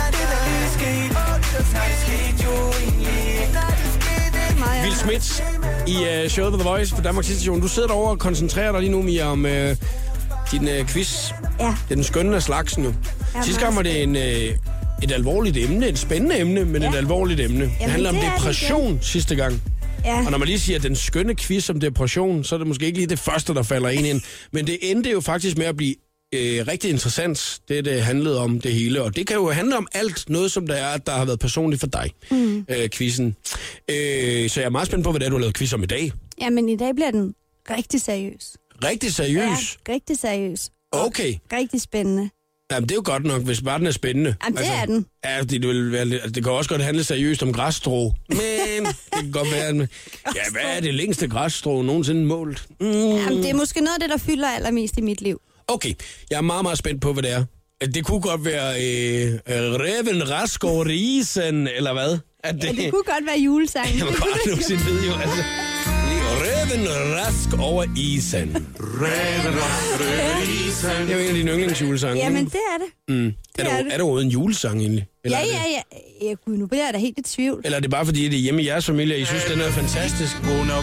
Will Smith i showet på The Voice på Danmarks Station. Du sidder derovre og koncentrerer dig lige nu, Mia, om din quiz.
Ja.
Det er den skønne af slagsen jo. Sidste gang var det et alvorligt emne, et spændende emne, men et alvorligt emne. Jamen, det handler om depression sidste gang.
Ja.
Og når man lige siger, at den skønne quiz om depression, så er det måske ikke lige det første, der falder ind. Men det endte jo faktisk med at blive rigtig interessant, det handlede om det hele. Og det kan jo handle om alt, noget som der har været personligt for dig, quizzen. Så jeg er meget spændt på, hvad det er, du har lavet quiz om i dag.
Jamen, i dag bliver den rigtig seriøs.
Rigtig seriøs?
Ja, rigtig seriøs.
Okay.
Rigtig spændende.
Jamen, det er jo godt nok, hvis bare den er spændende.
Jamen, det er den.
Ja, det kan også godt handle seriøst om græsstrå. Men det kan godt være... Ja, hvad er det længste græsstrå nogensinde målt?
Jamen, det er måske noget af det, der fylder allermest i mit liv.
Okay, jeg er meget, meget spændt på, hvad det er. Det kunne godt være Reven Rask over isen, eller hvad?
Det kunne godt være julesangen.
Jeg må godt nu sin ved jo, altså. Reven Rask over isen.
Reven Rask over isen.
Det er jo en af dine yndlingsjulesange.
Jamen, det er det.
Er der overhovedet en julesang egentlig?
Eller ja. Gud, nu bliver jeg da helt i tvivl.
Eller er det bare fordi, det er hjemme i jeres familie, og I synes, den er fantastisk?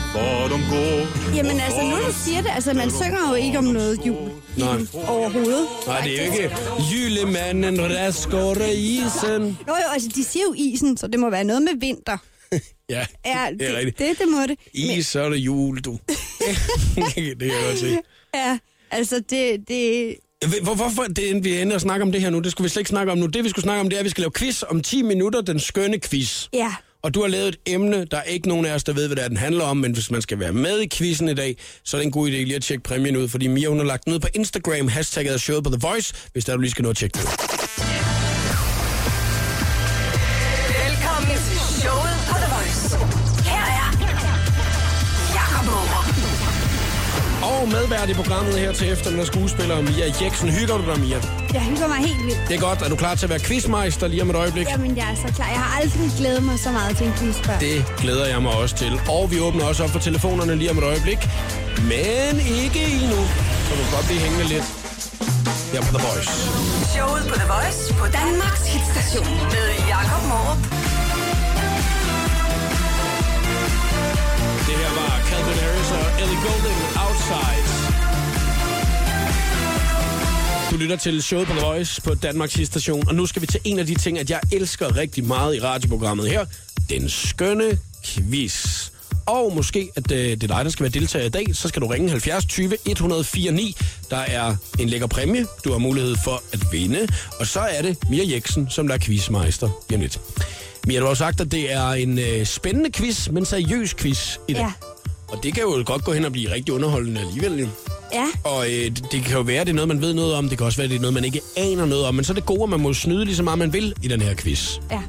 Jamen altså, nu du siger det, altså man synger jo ikke om noget jul overhovedet.
Nej, det er jo ikke julemanden rask over isen.
Jo, altså de siger jo isen, så det må være noget med vinter.
Ja, det er rigtigt.
Det må det.
Is, så er det jul, du. Det kan jeg godt se.
Ja, altså det...
Hvorfor det, vi ender at snakke om det her nu? Det skulle vi slet ikke snakke om nu. Det vi skulle snakke om, det er, at vi skal lave quiz om 10 minutter, den skønne quiz.
Ja.
Og du har lavet et emne, der er ikke nogen af os, der ved, hvad det er, den handler om, men hvis man skal være med i quizzen i dag, så er det en god idé lige at tjekke præmien ud, fordi Mia, hun har lagt den ud på Instagram, hashtagget af showet på The Voice, hvis der du lige skal nå at tjekke det.
Velkommen til showet på The Voice. Her er Jakob Morup.
Og medvært i programmet her til eftermiddag, skuespiller Mia Jeksen. Hygger du dig, Mia?
Jeg hygger mig helt vildt.
Det er godt. Er du klar til at være quizmeister lige om et øjeblik?
Jamen, jeg er så klar. Jeg har aldrig glædet mig så meget til en quiz før.
Det glæder jeg mig også til. Og vi åbner også op for telefonerne lige om et øjeblik. Men ikke endnu. Så du kan godt blive hængende lidt her på The Voice.
Showet på The Voice på Danmarks hitstation med Jakob Morup.
Det her var Calvin Harris og Ellie Goulding, Outside. Du lytter til showet på The Voice på Danmarks hitstation. Og nu skal vi til en af de ting, at jeg elsker rigtig meget i radioprogrammet her. Den skønne quiz. Og måske, at det er dig, der skal være deltager i dag, så skal du ringe 70 20 104 9. Der er en lækker præmie, du har mulighed for at vinde. Og så er det Mia Jeksen, som der er quizmeister. Jamen lidt. Mia, du har sagt, at det er en spændende quiz, men seriøs quiz i dag. Ja. Og det kan jo godt gå hen og blive rigtig underholdende alligevel.
Ja.
Og det kan jo være, at det er noget, man ved noget om. Det kan også være, at det er noget, man ikke aner noget om. Men så er det gode, at man må snyde lige så meget, man vil i den her quiz.
Ja.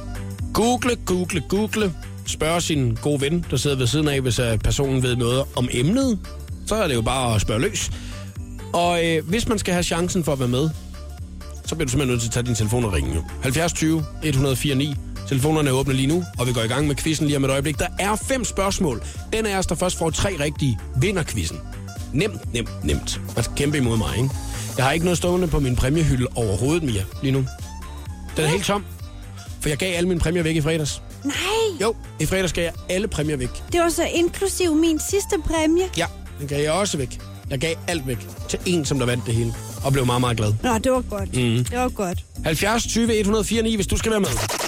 Google. Spørg sin gode ven, der sidder ved siden af, hvis personen ved noget om emnet. Så er det jo bare at spørge løs. Og hvis man skal have chancen for at være med, så bliver du simpelthen nødt til at tage din telefon og ringe. 70 20 104 9. Telefonerne er åbne lige nu, og vi går i gang med quizzen lige om et øjeblik. Der er 5 spørgsmål. Den af os, der først får 3 rigtige, vinder quizzen. Nemt. Man skal kæmpe imod mig, ikke? Jeg har ikke noget stående på min præmiehylde overhovedet, Mia, lige nu. Den er helt tom, for jeg gav alle mine præmier væk i fredags.
Nej!
Jo, i fredags gav jeg alle præmier væk.
Det var så inklusiv min sidste præmie.
Ja, den gav jeg også væk. Jeg gav alt væk til en, som der vandt det hele. Og blev meget, meget glad.
Nå, det var godt. Det var godt.
70 20 104 9, hvis du skal være med.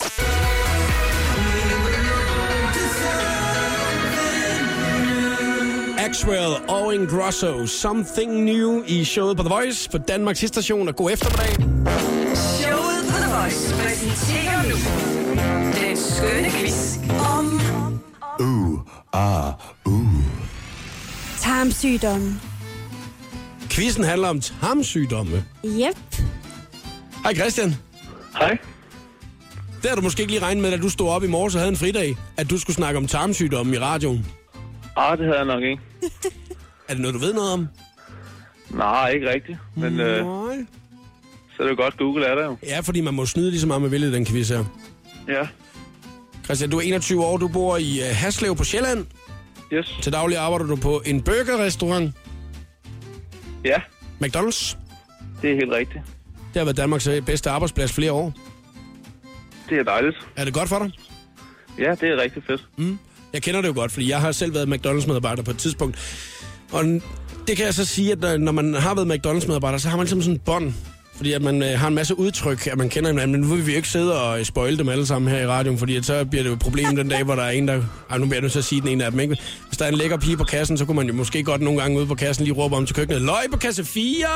Axwell og Ingrosso, Something New i showet på The Voice på Danmarks hitstation. Og god eftermiddag.
Showet på The Voice præsenterer nu den skønne quiz om
tarmsygdomme.
Quizzen handler om tarmsygdomme.
Yep.
Hej Christian.
Hej.
Det har du måske ikke lige regnet med, at du stod op i morges og havde en fridag, at du skulle snakke om tarmsygdomme i radioen.
Det havde jeg nok ikke.
Er det noget, du ved noget om?
Nej, ikke rigtigt. Men så er det jo godt, Google er der jo.
Ja, fordi man må snyde lige så meget, man vil i den quiz her.
Ja.
Christian, du er 21 år, du bor i Haslev på Sjælland.
Yes.
Til daglig arbejder du på en burgerrestaurant.
Ja.
McDonald's.
Det er helt rigtigt.
Det har været Danmarks bedste arbejdsplads flere år.
Det er dejligt.
Er det godt for dig?
Ja, det er rigtig fedt.
Jeg kender det jo godt, fordi jeg har selv været McDonald's-medarbejder på et tidspunkt. Og det kan jeg så sige, at når man har været McDonald's-medarbejder, så har man ligesom sådan en bånd. Fordi at man har en masse udtryk, at man kender hinanden. Men nu vil vi jo ikke sidde og spoile dem alle sammen her i radioen, fordi så bliver det jo et problem den dag, hvor der er en, der... nu bliver jeg nødt til at sige den ene af dem, ikke? Hvis der er en lækker pige på kassen, så kunne man jo måske godt nogle gange ude på kassen lige råbe om til køkkenet. Løg på kasse 4!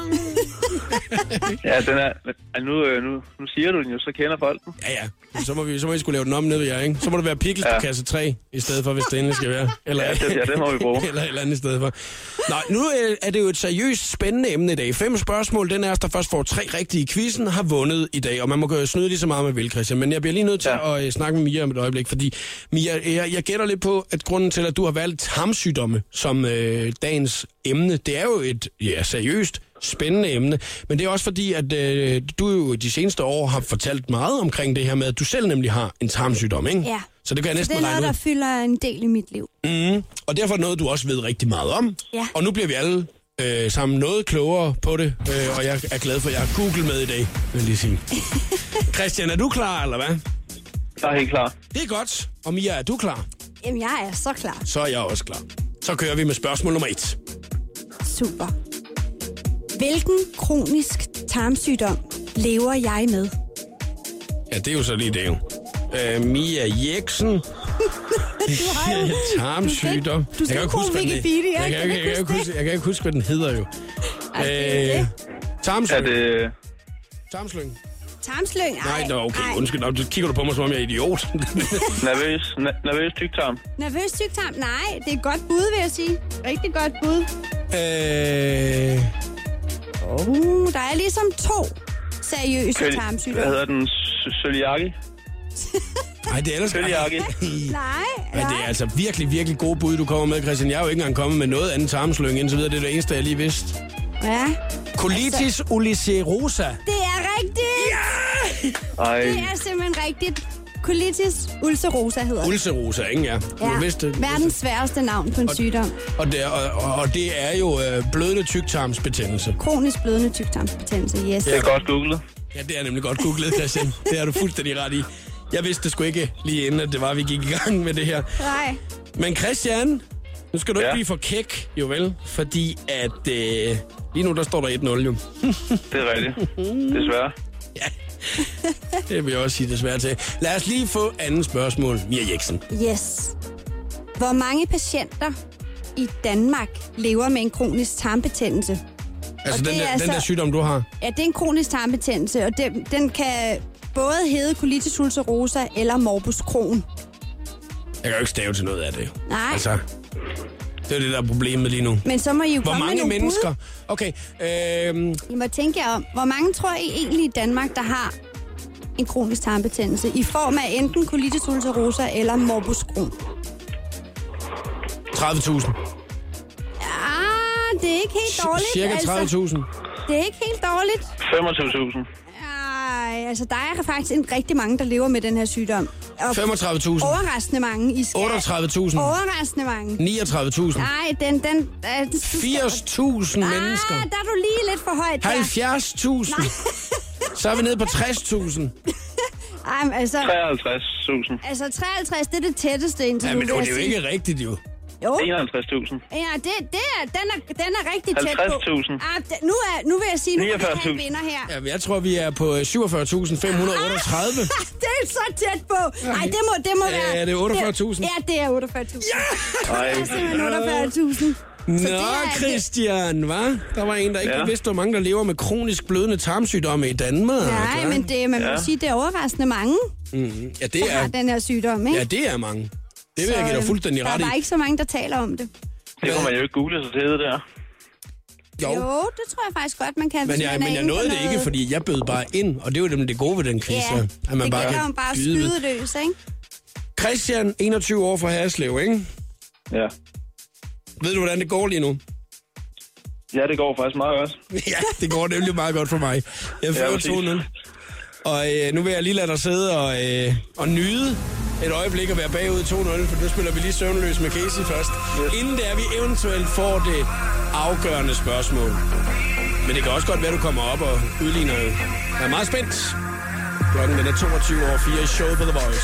Ja, den er... Nu siger du den jo, så kender folk den.
Ja. Så må vi skulle lave den om ned ved jer, ikke? Så må det være pickles på kasse 3, i stedet for, hvis det endelig skal være. Eller,
det må vi bruge.
eller andet i stedet for. Nej, nu er det jo et seriøst spændende emne i dag. 5 spørgsmål, den er der først får 3 rigtige i quizzen, har vundet i dag. Og man må gøre snyde lige så meget med vil, Christian. Men jeg bliver lige nødt til at snakke med Mia om et øjeblik, fordi Mia, jeg gætter lidt på, at grunden til, at du har valgt tarmsygdomme som dagens emne, det er jo et seriøst spændende emne, men det er også fordi, at du jo de seneste år har fortalt meget omkring det her med, at du selv nemlig har en tarmsygdom, ikke?
Ja.
Så det kan jeg næsten
regne ud. Det er noget, der fylder en del i mit liv.
Og derfor er noget, du også ved rigtig meget om.
Ja.
Og nu bliver vi alle sammen noget klogere på det, og jeg er glad for, at jeg har Google med i dag, vil jeg lige sige. Christian, er du klar, eller hvad?
Jeg er helt klar.
Det er godt. Og Mia, er du klar?
Jamen, jeg er så klar.
Så er jeg også klar. Så kører vi med spørgsmål nummer 1.
Super. Hvilken kronisk tarmsygdom lever jeg med?
Ja, det er jo så lige det jo. Mia Jeksen.
Du har jo...
tarmsygdom.
Du skal ikke bruge Wikipedia.
Jeg kan ikke huske, hvad den hedder jo. Tarmslyng.
Er det...
Tarmslyng.
Tarmslyng?
Nej, okay. Undskyld. Nu kigger du på mig, som om jeg er idiot.
Nervøs tyktarm.
Nervøs tyktarm? Nej, det er et godt bud, vil jeg sige. Rigtig godt bud. Der er ligesom 2 seriøse tarmsygdomme.
Hvad hedder den? Cøliaki?
Nej, det er ellers...
Cøliaki.
Nej.
Men det altså virkelig, virkelig gode bud, du kommer med, Christian. Jeg er jo ikke engang kommet med noget andet tarmslyng indtil videre. Det er det eneste, jeg lige vidste.
Ja.
Colitis ulcerosa.
Det er rigtigt!
Ja!
Ej.
Det er simpelthen rigtigt. Colitis ulcerosa hedder det.
Ulcerosa, ikke? Ja.
Ja,
vidste,
verdens sværeste navn på en sygdom.
Og det er jo blødende tyktarmsbetændelse.
Kronisk blødende tyktarmsbetændelse, yes.
Det er godt googlet.
Ja, det er nemlig godt googlet, Christian. Det har du fuldstændig ret i. Jeg vidste det sgu ikke lige inden, at det var, vi gik i gang med det her.
Nej.
Men Christian, nu skal du ikke blive for kæk, jo vel? Fordi at lige nu, der står der 1-0 jo.
Det er rigtigt. Desværre.
Ja, det vil jeg også sige desværre til. Lad os lige få andet spørgsmål, Mia Jeksen.
Yes. Hvor mange patienter i Danmark lever med en kronisk tarmbetændelse?
Altså den der sygdom, du har?
Ja, det er en kronisk tarmbetændelse, og den kan både hedde colitis ulcerosa eller morbus Crohn.
Jeg kan jo ikke stave til noget af det.
Nej.
Altså, det er det, der er problemet lige nu.
Men så må I jo
Hvor
komme
mange
med
mennesker?
Bud.
Okay.
I må tænke jer om. Hvor mange tror I egentlig i Danmark, der har en kronisk tarmbetændelse i form af enten colitis ulcerosa eller morbus Crohn?
30.000.
Ja, det er ikke helt dårligt.
Cirka 30.000.
Det er ikke helt dårligt.
25.000.
Ej, altså der er faktisk rigtig mange, der lever med den her sygdom.
35.000.
Overraskende mange. I skal
38.000.
Overraskende mange.
39.000.
Nej,
80.000 mennesker.
Der er du lige lidt for højt der.
70.000. Så er vi nede på 60.000.
Ej, men altså...
53.000.
Altså 53, det er det tætteste indtil
Ja,
nu,
men det er
vil
jo
jeg
ikke
sige.
rigtigt, jo.
Jo.
51.000.
Ja, den er rigtig tæt på.
50.000.
Nu vil jeg sige, nu kan vi have
49.000.
en vinder her.
Ja, men jeg tror, vi er på 47.538.
Det er så tæt på. Nej, det må være...
Ja, det er 48.000.
Ja, det er 48.000.
Ja!
Det er simpelthen 48.000.
Nå, Christian, hva? Der var en, der ikke vidste, hvor mange, der lever med kronisk blødende tarmsygdomme i Danmark.
Nej, men man må sige, det er overraskende mange,
Ja, det
der
er...
har den her sygdom, ikke?
Ja, det er mange. Det vil jeg give dig fuldstændig ret i.
Der er bare ikke så mange, der taler om det.
Det kunne man jo ikke google sig til det der.
Jo, det tror jeg faktisk godt, man kan.
Men jeg nåede det ikke, fordi jeg bød bare ind, og det var det gode ved den quiz.
Ja,
at man
det
bare
kan man bare skyde løs, ikke?
Christian, 21 år fra Haslev, ikke?
Ja.
Ved du, hvordan det går lige nu?
Ja, det går faktisk meget godt.
Ja, det går nemlig meget godt for mig. Jeg fører 2-0. Og nu vil jeg lige lade dig sidde og nyde et øjeblik at være bagud 2-0, for nu spiller vi lige søvnløs med Casey først. Yes. Inden der vi eventuelt får det afgørende spørgsmål. Men det kan også godt være, at du kommer op og udligner jo. Jeg er meget spændt. Klokken den er 22 over 4 i showet på The Voice.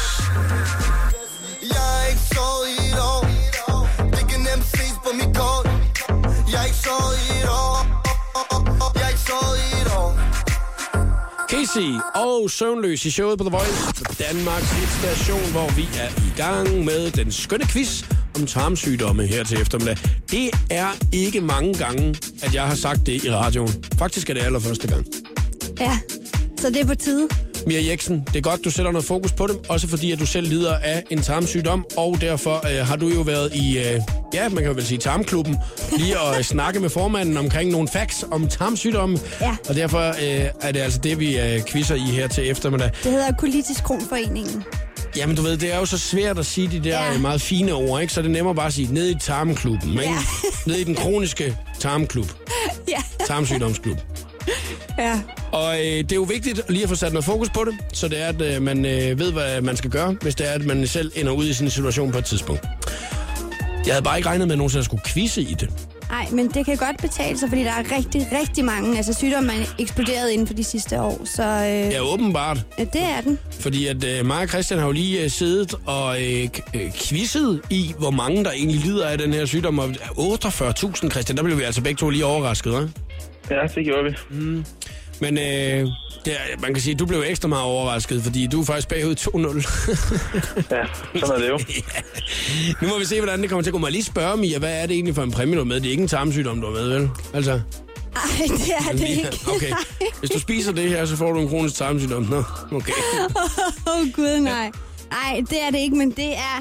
Jeg er ikke sovet i et år. Det kan nemt ses på mit kort. Jeg er ikke sovet i et år. Jeg er ikke sovet i et år.
Casey og Søvnløs i showet på The Voice, Danmarks hitstation, hvor vi er i gang med den skønne quiz om tarmsygdomme her til eftermiddag. Det er ikke mange gange, at jeg har sagt det i radioen. Faktisk er det allerførste gang.
Ja, så det er på tide.
Mia Jeksen, det er godt, du sætter noget fokus på dem, også fordi, at du selv lider af en tarmsygdom, og derfor har du jo været i, man kan jo vel sige tarmklubben, lige at snakke med formanden omkring nogle facts om tarmsygdomme, og derfor er det altså det, vi quizzer i her til eftermiddag.
Det hedder Colitis Crohn-foreningen.
Jamen, du ved, det er jo så svært at sige de der meget fine ord, ikke? Så det er nemmere bare at sige, ned i tarmklubben, ikke? Ned i den kroniske tarmklub. Tarmsygdomsklub.
Ja.
Og det er jo vigtigt lige at få sat noget fokus på det, så det er, at man ved, hvad man skal gøre, hvis det er, at man selv ender ud i sin situation på et tidspunkt. Jeg havde bare ikke regnet med, at nogen selv skulle quizze i det.
Nej, men det kan godt betale sig, fordi der er rigtig, rigtig mange sygdomme, man er eksploderet inden for de sidste år. Så,
ja, åbenbart.
Ja, det er den.
Fordi at mig og Christian har jo lige siddet og quizzet i, hvor mange der egentlig lider af den her sygdom. 48.000, Christian, der blev vi altså begge to lige overrasket, hva'?
Ja, det gjorde vi.
Men man kan sige, at du blev ekstra meget overrasket, fordi du er faktisk bagud 2-0.
Ja, sådan er det jo.
Nu må vi se, hvordan det kommer til at gå. Må jeg lige spørge, Mia, hvad er det egentlig for en præmie, du er med? Det er ikke en tarmsygdom, du er med, vel? Altså...
Ej, det er det ikke.
Okay. Hvis du spiser det her, så får du en kronisk tarmsygdom. Nå, okay.
Gud, nej. Nej, det er det ikke, men det er...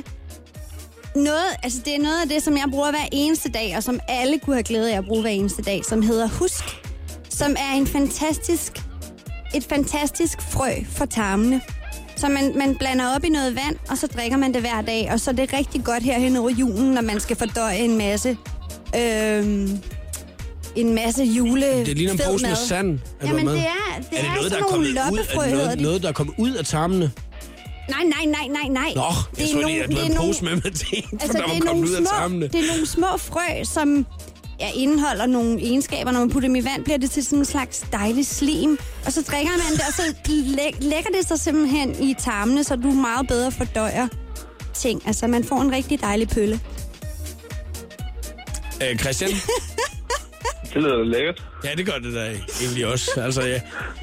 det er noget af det, som jeg bruger hver eneste dag, og som alle kunne have glæde af at bruge hver eneste dag, som hedder Husk, som er et fantastisk frø for tarmene. Så man blander op i noget vand, og så drikker man det hver dag. Og så er det rigtig godt her hen over julen, når man skal fordøje en masse jule.
Det ligner en pose med sand.
Jamen, det er
noget, der er
nogle loppefrø,
er det noget, der er kommet ud af tarmene?
Nej.
Nå, jeg tror lige, at du havde en pose med ting,
altså,
der var kommet ud af tarmene.
Det er nogle små frø, som indeholder nogle egenskaber. Når man putter dem i vand, bliver det til sådan en slags dejlig slim. Og så drikker man det, og så lægger det sig simpelthen i tarmene, så du meget bedre fordøjer ting. Altså, man får en rigtig dejlig pølle.
Christian?
Det lyder lækkert.
Ja, det gør det da egentlig også. Altså, ja.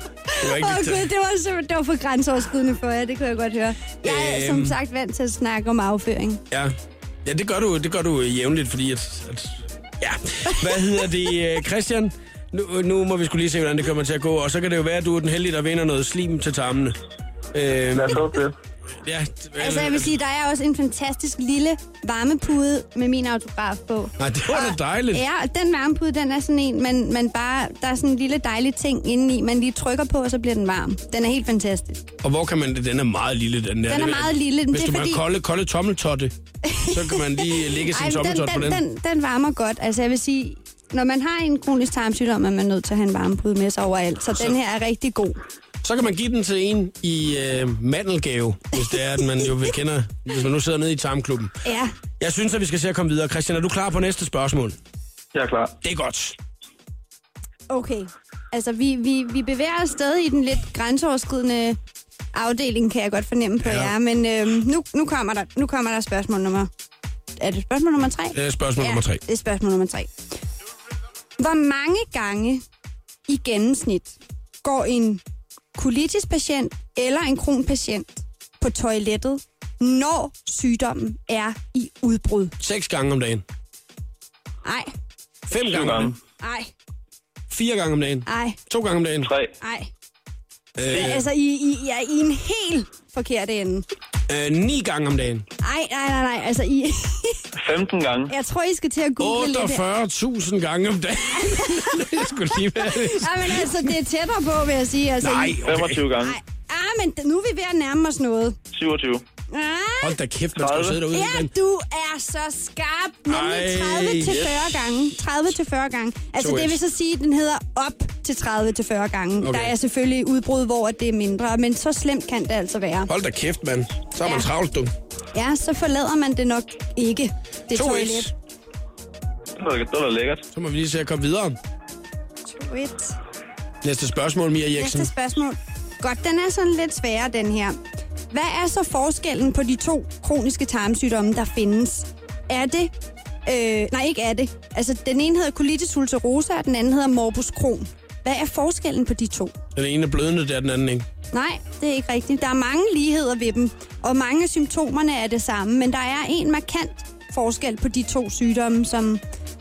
Det var for grænseoverskridende for jer, det kunne jeg godt høre. Jeg er som sagt vant til at snakke om afføring.
Ja, det gør du jævnligt, fordi ja, hvad hedder det, Christian? Nu må vi skulle lige se, hvordan det kommer til at gå, og så kan det jo være, at du er den heldige, der vinder noget slim til tarmene.
Lad os håbe det.
Ja,
altså jeg vil sige, der er også en fantastisk lille varmepude med min autograf på.
Nej, det var da dejligt.
Ja, og den varmepude, den er sådan en, man bare, der er sådan en lille dejlig ting indeni, man lige trykker på, og så bliver den varm. Den er helt fantastisk.
Og hvor kan man det? Den er meget lille, den der.
Den er meget lille.
Hvis du har kolde tommeltotte, så kan man lige lægge sin tommeltot på den.
Den varmer godt. Altså jeg vil sige, når man har en kronisk tarmsygdom, er man nødt til at have en varmepude med sig overalt. Så den her er rigtig god.
Så kan man give den til en i mandelgave, hvis det er, at man jo kender, hvis man nu sidder nede i tarmklubben.
Ja.
Jeg synes, at vi skal se at komme videre. Christian, er du klar på næste spørgsmål?
Jeg er klar.
Det er godt.
Okay. Altså, vi bevæger os stadig i den lidt grænseoverskridende afdeling, kan jeg godt fornemme på jer. Men nu kommer der spørgsmål nummer... Er det spørgsmål nummer 3?
Det er spørgsmål nummer 3.
Det er spørgsmål nummer 3. Hvor mange gange i gennemsnit går en colitis-patient eller en kronpatient på toilettet, når sygdommen er i udbrud?
6 gange om dagen.
Nej.
5 gange om dagen.
Nej.
4 gange om dagen.
Nej.
2 gange om dagen.
3.
Nej. Altså, I er i en helt forkert ende.
9 gange om dagen.
Nej. Altså,
15 gange.
Jeg tror, I skal til at google lidt.
48.000 gange om dagen. Det skulle lige være det.
Men altså, det er tættere på, vil jeg sige. Altså,
nej,
okay. 25 gange.
Men nu er vi ved at nærme os noget.
27.
Hold da kæft, man skal sidde derude.
Ja, du er så skarp. Nemlig 30-40 gange. 30-40 gange. Altså, det vil så sige, at den hedder op til 30-40 gange. Okay. Der er selvfølgelig udbrud, hvor det er mindre, men så slemt kan det altså være.
Hold da kæft, mand. Så er man travlt, du.
Ja, så forlader man det nok ikke. Det er toilet.
Det er lækkert.
Så må vi lige se at komme videre.
2-1.
Næste spørgsmål, Mia Jeksen.
Næste spørgsmål. Godt, den er sådan lidt sværere, den her. Hvad er så forskellen på de 2 kroniske tarmsygdomme, der findes? Er det... nej, ikke er det. Altså, den ene hedder colitis ulcerosa, og den anden hedder morbus Crohn. Hvad er forskellen på de 2?
Den ene er blødende, det er den anden ikke.
Nej, det er ikke rigtigt. Der er mange ligheder ved dem, og mange af symptomerne er det samme, men der er en markant forskel på de 2 sygdomme, som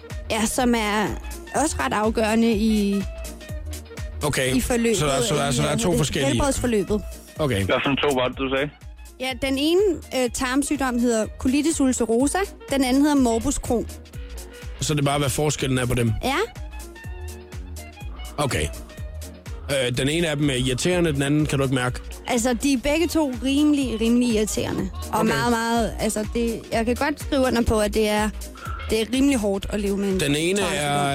er også ret afgørende i forløbet.
Så der er 2 forskellige.
Helbredsforløbet.
Okay.
Hvad for 2 var det, du sagde?
Ja, den ene tarmsygdom hedder colitis ulcerosa, den anden hedder morbus Crohn.
Så det er bare, hvad forskellen er på dem?
Ja.
Okay. Den ene af dem er irriterende, den anden kan du ikke mærke?
Altså, de er begge 2 rimelig irriterende. Og okay. meget, altså, jeg kan godt skrive under på, at det er rimelig hårdt at leve med en
Den ene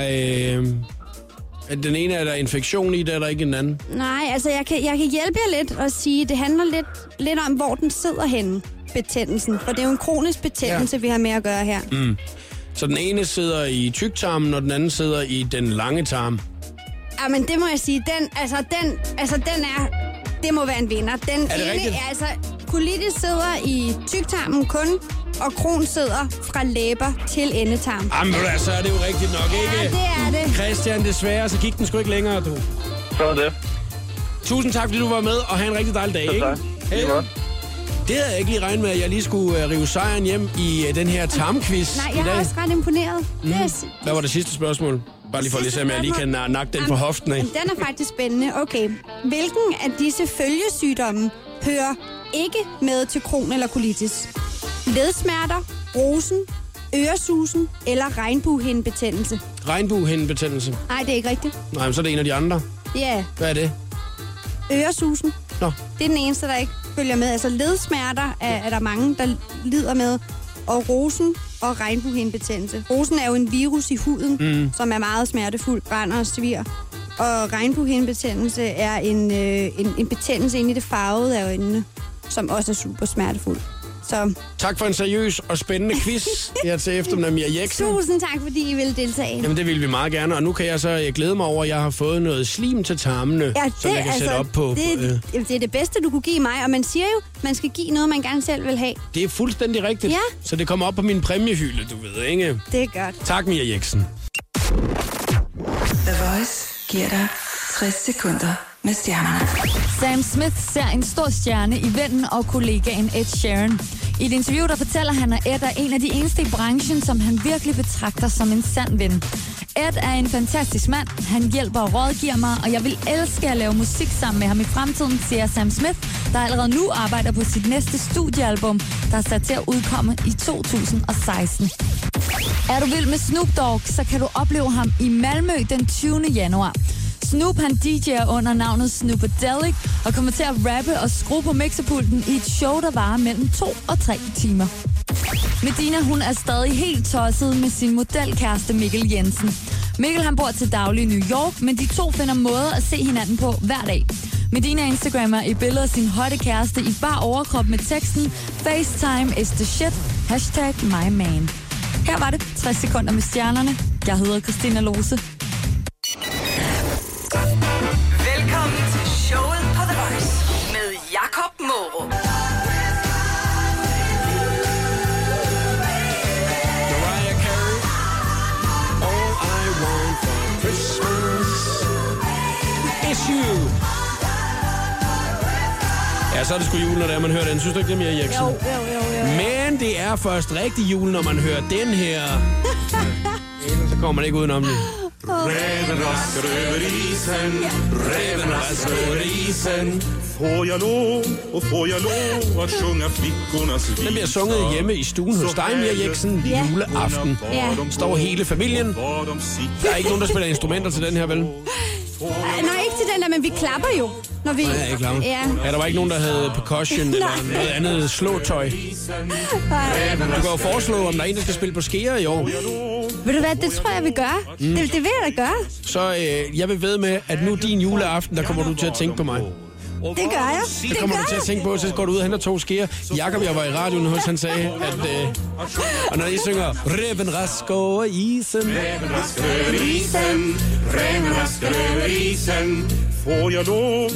den ene er der infektion i, det er der ikke en anden?
Nej, altså jeg kan hjælpe jer lidt og sige, det handler lidt om, hvor den sidder henne, betændelsen. For det er jo en kronisk betændelse, vi har med at gøre her.
Mm. Så den ene sidder i tyktarmen, og den anden sidder i den lange tarm?
Ja, men det må jeg sige, det må være en vinder. Den
er det
ene
rigtigt?
Altså, colitis sidder i tyktarmen kun, og Crohn sidder fra læber til endetarm.
Jamen, så er det jo rigtigt nok, ikke?
Ja, det er det.
Christian, desværre, så gik den sgu ikke længere, du.
Så er det.
Tusind tak, fordi du var med, og have en rigtig dejlig dag, ikke?
Tak.
Hey. Det havde jeg ikke lige regnet med, at jeg lige skulle rive sejren hjem i den her tarmquiz.
Nej, jeg er også ret imponeret.
Hvad var det sidste spørgsmål? Bare lige for at se, om jeg lige kan nakke den på hoften af.
Den er faktisk spændende. Okay. Hvilken af disse følgesygdomme hører ikke med til Crohn eller colitis? Ledsmerter, rosen, øresusen eller regnbuehindebetændelse?
Regnbuehindebetændelse?
Nej, det er ikke rigtigt.
Nej, men så er det en af de andre.
Ja.
Hvad er det?
Øresusen.
Nå.
Det er den eneste, der ikke. følger med. Altså ledsmerter er der mange, der lider med. Og rosen og regnbuehindebetændelse. Rosen er jo en virus i huden, som er meget smertefuld, brænder og svir. Og regnbuehindebetændelse er en betændelse inde i det farvede af øjnene, som også er super smertefuld. Så.
Tak for en seriøs og spændende quiz her til eftermiddag, Mia Jeksel.
Tusind tak, fordi I ville deltage.
Jamen, det vil vi meget gerne. Og nu kan jeg så glæde mig over, at jeg har fået noget slim til tarmene, som jeg kan sætte op på.
Det er det bedste, du kunne give mig. Og man siger jo, man skal give noget, man gerne selv vil have.
Det er fuldstændig rigtigt.
Ja.
Så det kommer op på min præmiehylde, du ved, ikke?
Det er godt.
Tak, Mia Jeksel.
The Voice giver dig 60 sekunder med stjernerne.
Sam Smith ser en stor stjerne i vennen og kollegaen Ed Sheeran. I et interview, der fortæller han, at Ed er en af de eneste i branchen, som han virkelig betragter som en sand ven. Ed er en fantastisk mand. Han hjælper og rådgiver mig, og jeg vil elske at lave musik sammen med ham i fremtiden, siger Sam Smith, der allerede nu arbejder på sit næste studiealbum, der er sat til at udkomme i 2016. Er du vild med Snoop Dogg, så kan du opleve ham i Malmø den 20. januar. Snoop han DJ'er under navnet Snoopadelic og kommer til at rappe og skrue på mixerpulten i et show, der varer mellem 2 og 3 timer. Medina, hun er stadig helt tosset med sin modelkæreste Mikkel Jensen. Mikkel han bor til daglig i New York, men de to finder måder at se hinanden på hver dag. Medina Instagrammer i billeder af sin hotte kæreste i bar overkrop med teksten FaceTime is the shit, #myman. Her var det 60 sekunder med stjernerne. Jeg hedder Christina Lose.
Velkommen til showet på The Voice med Jakob Morup.
Mariah Carey, All I Want for Christmas is you. Ja, så er det sgu jul, når det er, man hører den. Synes du ikke det, Mia Jeksel?
Jo.
Men det er først rigtig jul, når man hører den her. Ellers så kommer man ikke udenom det.
Räven raskar över isen, räven raskar över isen. Får jag lov att sjunga flickornas visa.
Den bliver sunget hjemme i stuen hos dig, Mia Jeksel, juleaften.
Ja.
Står hele familien. Der er ikke nogen, der spiller instrumenter til den her, vel?
Nej, ikke til den der, men vi klapper jo, når vi...
Nej, ikke klapper. Ja, der var ikke nogen, der havde percussion eller noget andet slåtøj. Du kan jo foreslå, om der er en, der skal spille på skeer i år.
Ved du hvad, det tror jeg, vi gør. Det vil jeg da gøre.
Så jeg vil ved med, at nu din juleaften, der kommer du til at tænke på mig.
Det gør jeg.
Det kommer du til at tænke på, så går du ud og henter 2 skeer. Jakob, jeg var i radioen hos, han sagde, at... og når I synger... Ræven rasker over isen.
Räven raskar över isen, räven raskar över isen. Får jag lov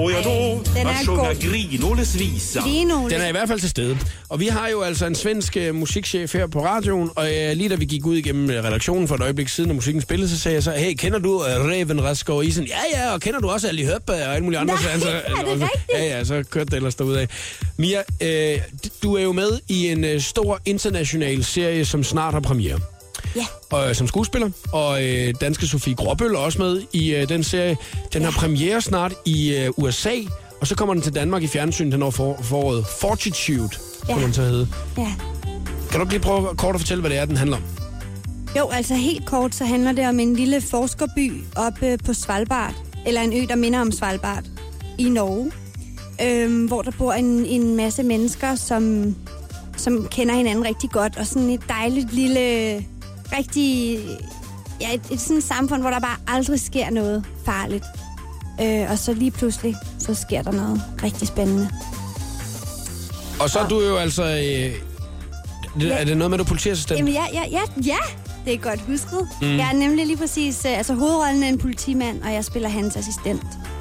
at sjunga Grinoles visa.
Den er i hvert fald til stede. Og vi har jo altså en svensk musikchef her på radioen, og lige da vi gik ud igennem redaktionen for et øjeblik siden, når musikken spillede, så sagde jeg så, hey, kender du Ræven rasker over isen? Ja, og kender du også Ali Høppe og alle mulige andre?
Nej, er det rigtigt?
Ja, så kørte det ellers derudad. Mia, du er jo med i en stor international serie, som snart har premiere.
Ja.
Og som skuespiller, og danske Sofie Gråbøl er også med i den serie. Den har premiere snart i USA, og så kommer den til Danmark i fjernsyn den år foråret. Fortitude, kan den så hedde.
Ja.
Kan du ikke lige prøve kort at fortælle, hvad det er, den handler om?
Jo, altså helt kort, så handler det om en lille forskerby oppe på Svalbard, eller en ø, der minder om Svalbard, i Norge, hvor der bor en masse mennesker, som kender hinanden rigtig godt, og sådan et dejligt lille... rigtig... Ja, et sådan samfund, hvor der bare aldrig sker noget farligt. Og så lige pludselig, så sker der noget rigtig spændende.
Og så er du jo altså... Er det noget med, du er politiassistent?
Jamen, ja, det er godt husket. Jeg er nemlig lige præcis... altså, hovedrollen er en politimand, og jeg spiller hans assistent.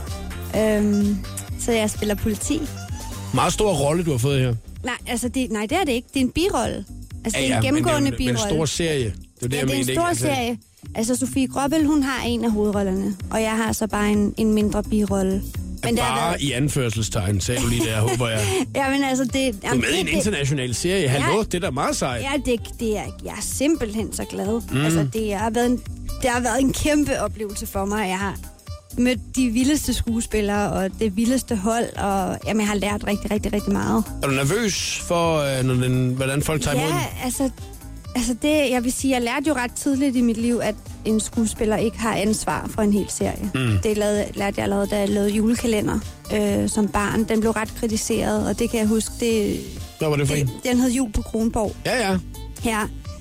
Så jeg spiller politi.
Meget stor rolle, du har fået her.
Nej, altså, det er det ikke. Det er en birolle. Altså, det er en gennemgående birolle.
Men en stor serie. Det er
en stor serie. Altså, Sofie Gråbøl, hun har en af hovedrollerne, og jeg har så bare en mindre birolle.
Men bare i anførselstegn, sagde du lige der, håber jeg.
Jamen, altså,
du er med i en international serie. Hallo, det er da meget sejt.
Ja, jeg er simpelthen så glad. Altså, det har været en kæmpe oplevelse for mig. Jeg har mødt de vildeste skuespillere og det vildeste hold, og jamen, jeg har lært rigtig, rigtig, rigtig meget.
Er du nervøs for, hvordan folk tager imod den?
Ja, Altså jeg vil sige, jeg lærte jo ret tidligt i mit liv, at en skuespiller ikke har ansvar for en hel serie. Det lærte jeg allerede, da jeg lavede julekalender som barn. Den blev ret kritiseret, og det kan jeg huske.
Hvad var det for en?
Den hed Jul på Kronborg.
Ja.
Ja.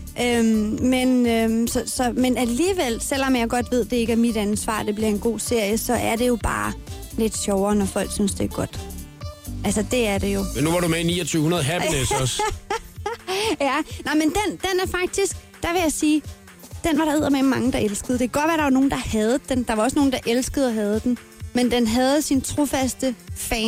Men alligevel, selvom jeg godt ved, at det ikke er mit ansvar, det bliver en god serie, så er det jo bare lidt sjovere, når folk synes, det er godt. Altså, det er det jo.
Men nu var du med i 2900 Happiness også.
Ja, nej, men den er faktisk, der vil jeg sige, den var der eddermame mange, der elskede. Det kan godt være, der var nogen, der havde den. Der var også nogen, der elskede og havde den. Men den havde sin trofaste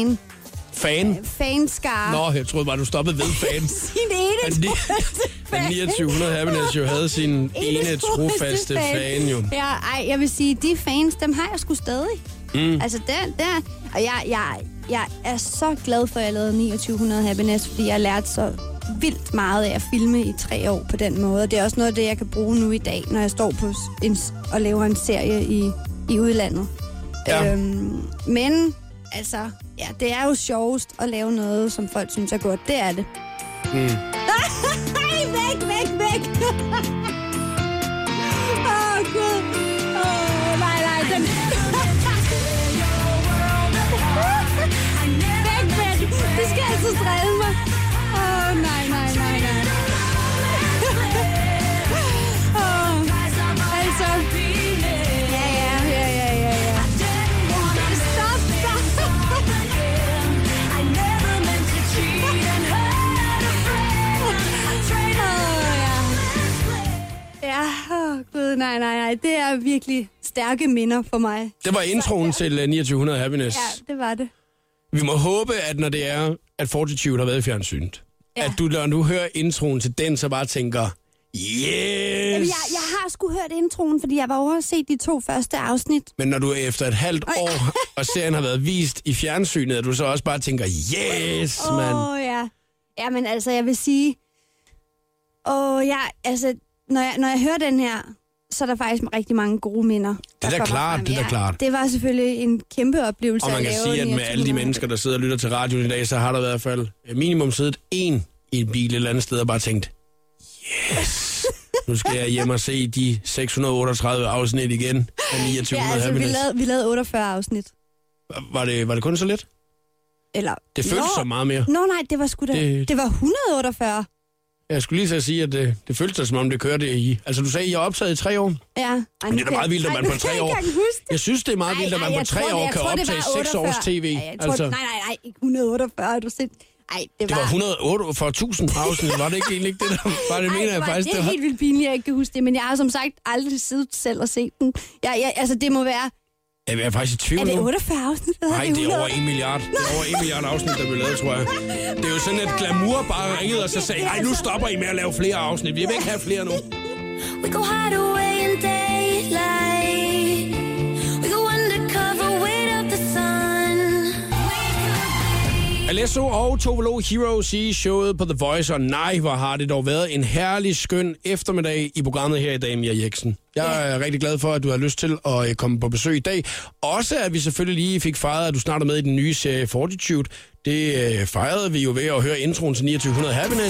fanskare.
Nå, jeg troede bare, du stoppede ved fan.
Sin ene trofaste fan.
2900 Happiness jo havde sin ene trofaste fan jo.
Ja, jeg vil sige, de fans, dem har jeg sgu stadig. Altså, og jeg er så glad for, at jeg lavede 2900 Happiness, fordi jeg lærte så vildt meget af at filme i 3 år på den måde. Det er også noget af det, jeg kan bruge nu i dag, når jeg står på og laver en serie i udlandet.
Ja.
Men, altså, ja, det er jo sjovest at lave noget, som folk synes er godt. Det er det. Væk! Gud. Nej, den... Væk! Det skal altid drille mig. Nej. Altså... Ja. Stop! Gud, nej. Det er virkelig stærke minder for mig.
Det var introen til 2900 Happiness.
Ja, det var det.
Vi må håbe, at når det er, at Fortitude har været i fjernsynet, at du, når du hører introen til den, så bare tænker, yes!
Jeg har sgu hørt introen, fordi jeg var over at se de 2 første afsnit.
Men når du efter et halvt år, og serien har været vist i fjernsynet, at du så også bare tænker, yes, mand.
Ja. Ja, men altså, jeg vil sige, når jeg hører den her, så er der faktisk rigtig mange gode minder.
Det er da klart,
Det var selvfølgelig en kæmpe oplevelse.
Og man kan sige, at med alle de mennesker, der sidder og lytter til radioen i dag, så har der i hvert fald minimum siddet en i en bil et eller andet sted og bare tænkt, yes, nu skal jeg hjem og se de 638 afsnit igen af 2900 Happiness.
Vi lavede 48 afsnit.
Var det kun så lidt?
Eller...
Det føltes så meget mere.
Nej, det var sgu da... Det var 148.
Jeg skulle lige så sige, at det føltes som om det kørte i... Altså, du sagde, at I har optaget i 3 år.
Ja.
Men det er da meget vildt, at man på 3 år... Jeg synes, det er meget vildt, at man på 3 år kan optage 6 års tv.
Nej, ikke 148, har du set...
Det var 148.000 afsnit, var det ikke det, der var det, mener jeg faktisk.
Det er helt vildt pinligt, at jeg ikke kan huske det, men jeg har som sagt aldrig siddet selv og set den. Altså, det må være...
Jeg er faktisk i tvivl nu.
Er det 48 afsnit?
Nej, det er over 1 milliard. Det er over 1 milliard afsnit, der blev lavet, tror jeg. Det er jo sådan, at Glamour bare ringede og så sagde, ej, nu stopper I med at lave flere afsnit. Vi vil ikke have flere nu.
We go hide away in daylight. We go undercover, wait up the sun.
Alesso og Tove Lo Heroes i showet på The Voice, og nej, hvor har det dog været en herlig, skøn eftermiddag i programmet her i dag, Mia Jeksen. Jeg er rigtig glad for, at du har lyst til at komme på besøg i dag. Også at vi selvfølgelig lige fik fejret, at du snart er med i den nye serie Fortitude. Det fejrede vi jo ved at høre introen til 2900 Happiness.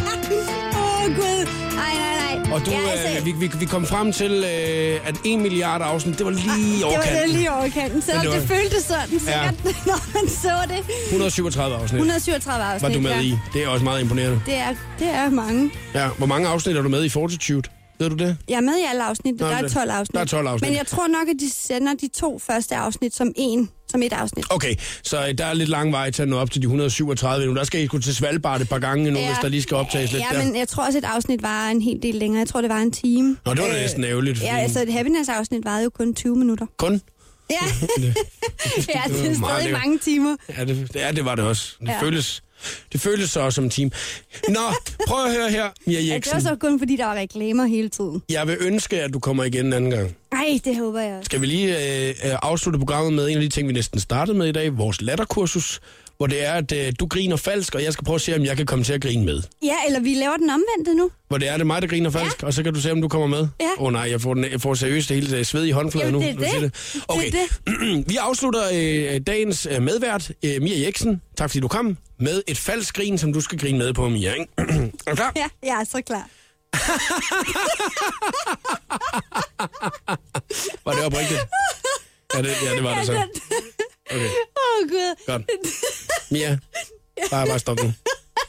Gud. Nej.
Og du, vi kom frem til, at 1 milliard afsnit, det var lige overkanten.
Det var lige overkanten, så det føltes sådan sikkert, når man så det.
137 afsnit.
137 afsnit,
var du med i. Det er også meget imponerende.
Det er mange.
Ja, hvor mange afsnit er du med i Fortitude? Ved du det?
Jeg er med i alle afsnit. Der er 12 afsnit.
Der er 12 afsnit.
Men jeg tror nok, at de sender de 2 første afsnit som et afsnit.
Okay, så der er lidt lang vej til at nå op til de 137 nu. Der skal I kunne til Svalbard et par gange nu, hvis der lige skal optages lidt der.
Ja, men jeg tror også, et afsnit var en hel del længere. Jeg tror, det var en time.
Nå, det var da næsten ærgerligt.
Ja, altså et Happiness-afsnit varede jo kun 20 minutter.
Kun?
Ja, det er stadig mange timer.
Ja, det var det også. Det føles så som en team. Nå, prøv at høre her, Mia Jeksen.
Det var så kun fordi, der var reklamer hele tiden.
Jeg vil ønske, at du kommer igen en anden gang.
Nej, det håber jeg også.
Skal vi lige afslutte programmet med en af de ting, vi næsten startede med i dag, vores latterkursus, hvor det er, at du griner falsk, og jeg skal prøve at se, om jeg kan komme til at grine med.
Ja, eller vi laver den omvendte nu.
Hvor det er mig, der griner falsk, og så kan du se, om du kommer med.
Ja.
Nej, jeg får seriøst det hele sved i håndfladen nu.
Det.
Okay, vi afslutter dagens medvært, Mia Jeksen. Tak fordi du kom med et falsk grin, som du skal grine med på, Mia. Ikke? Er du klar?
Ja, jeg er så klar.
Var det oprigtigt? Ja, det var det så. Okay.
Gud.
Godt. Mia, bare stop nu.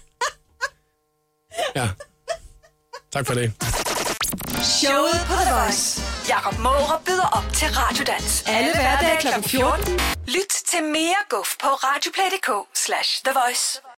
Ja. Tak for det.
Showet på The Voice. Jakob Mårup byder op til Radiodans. Alle hverdage kl. 14. Lyt til mere guf på radioplay.dk/The Voice.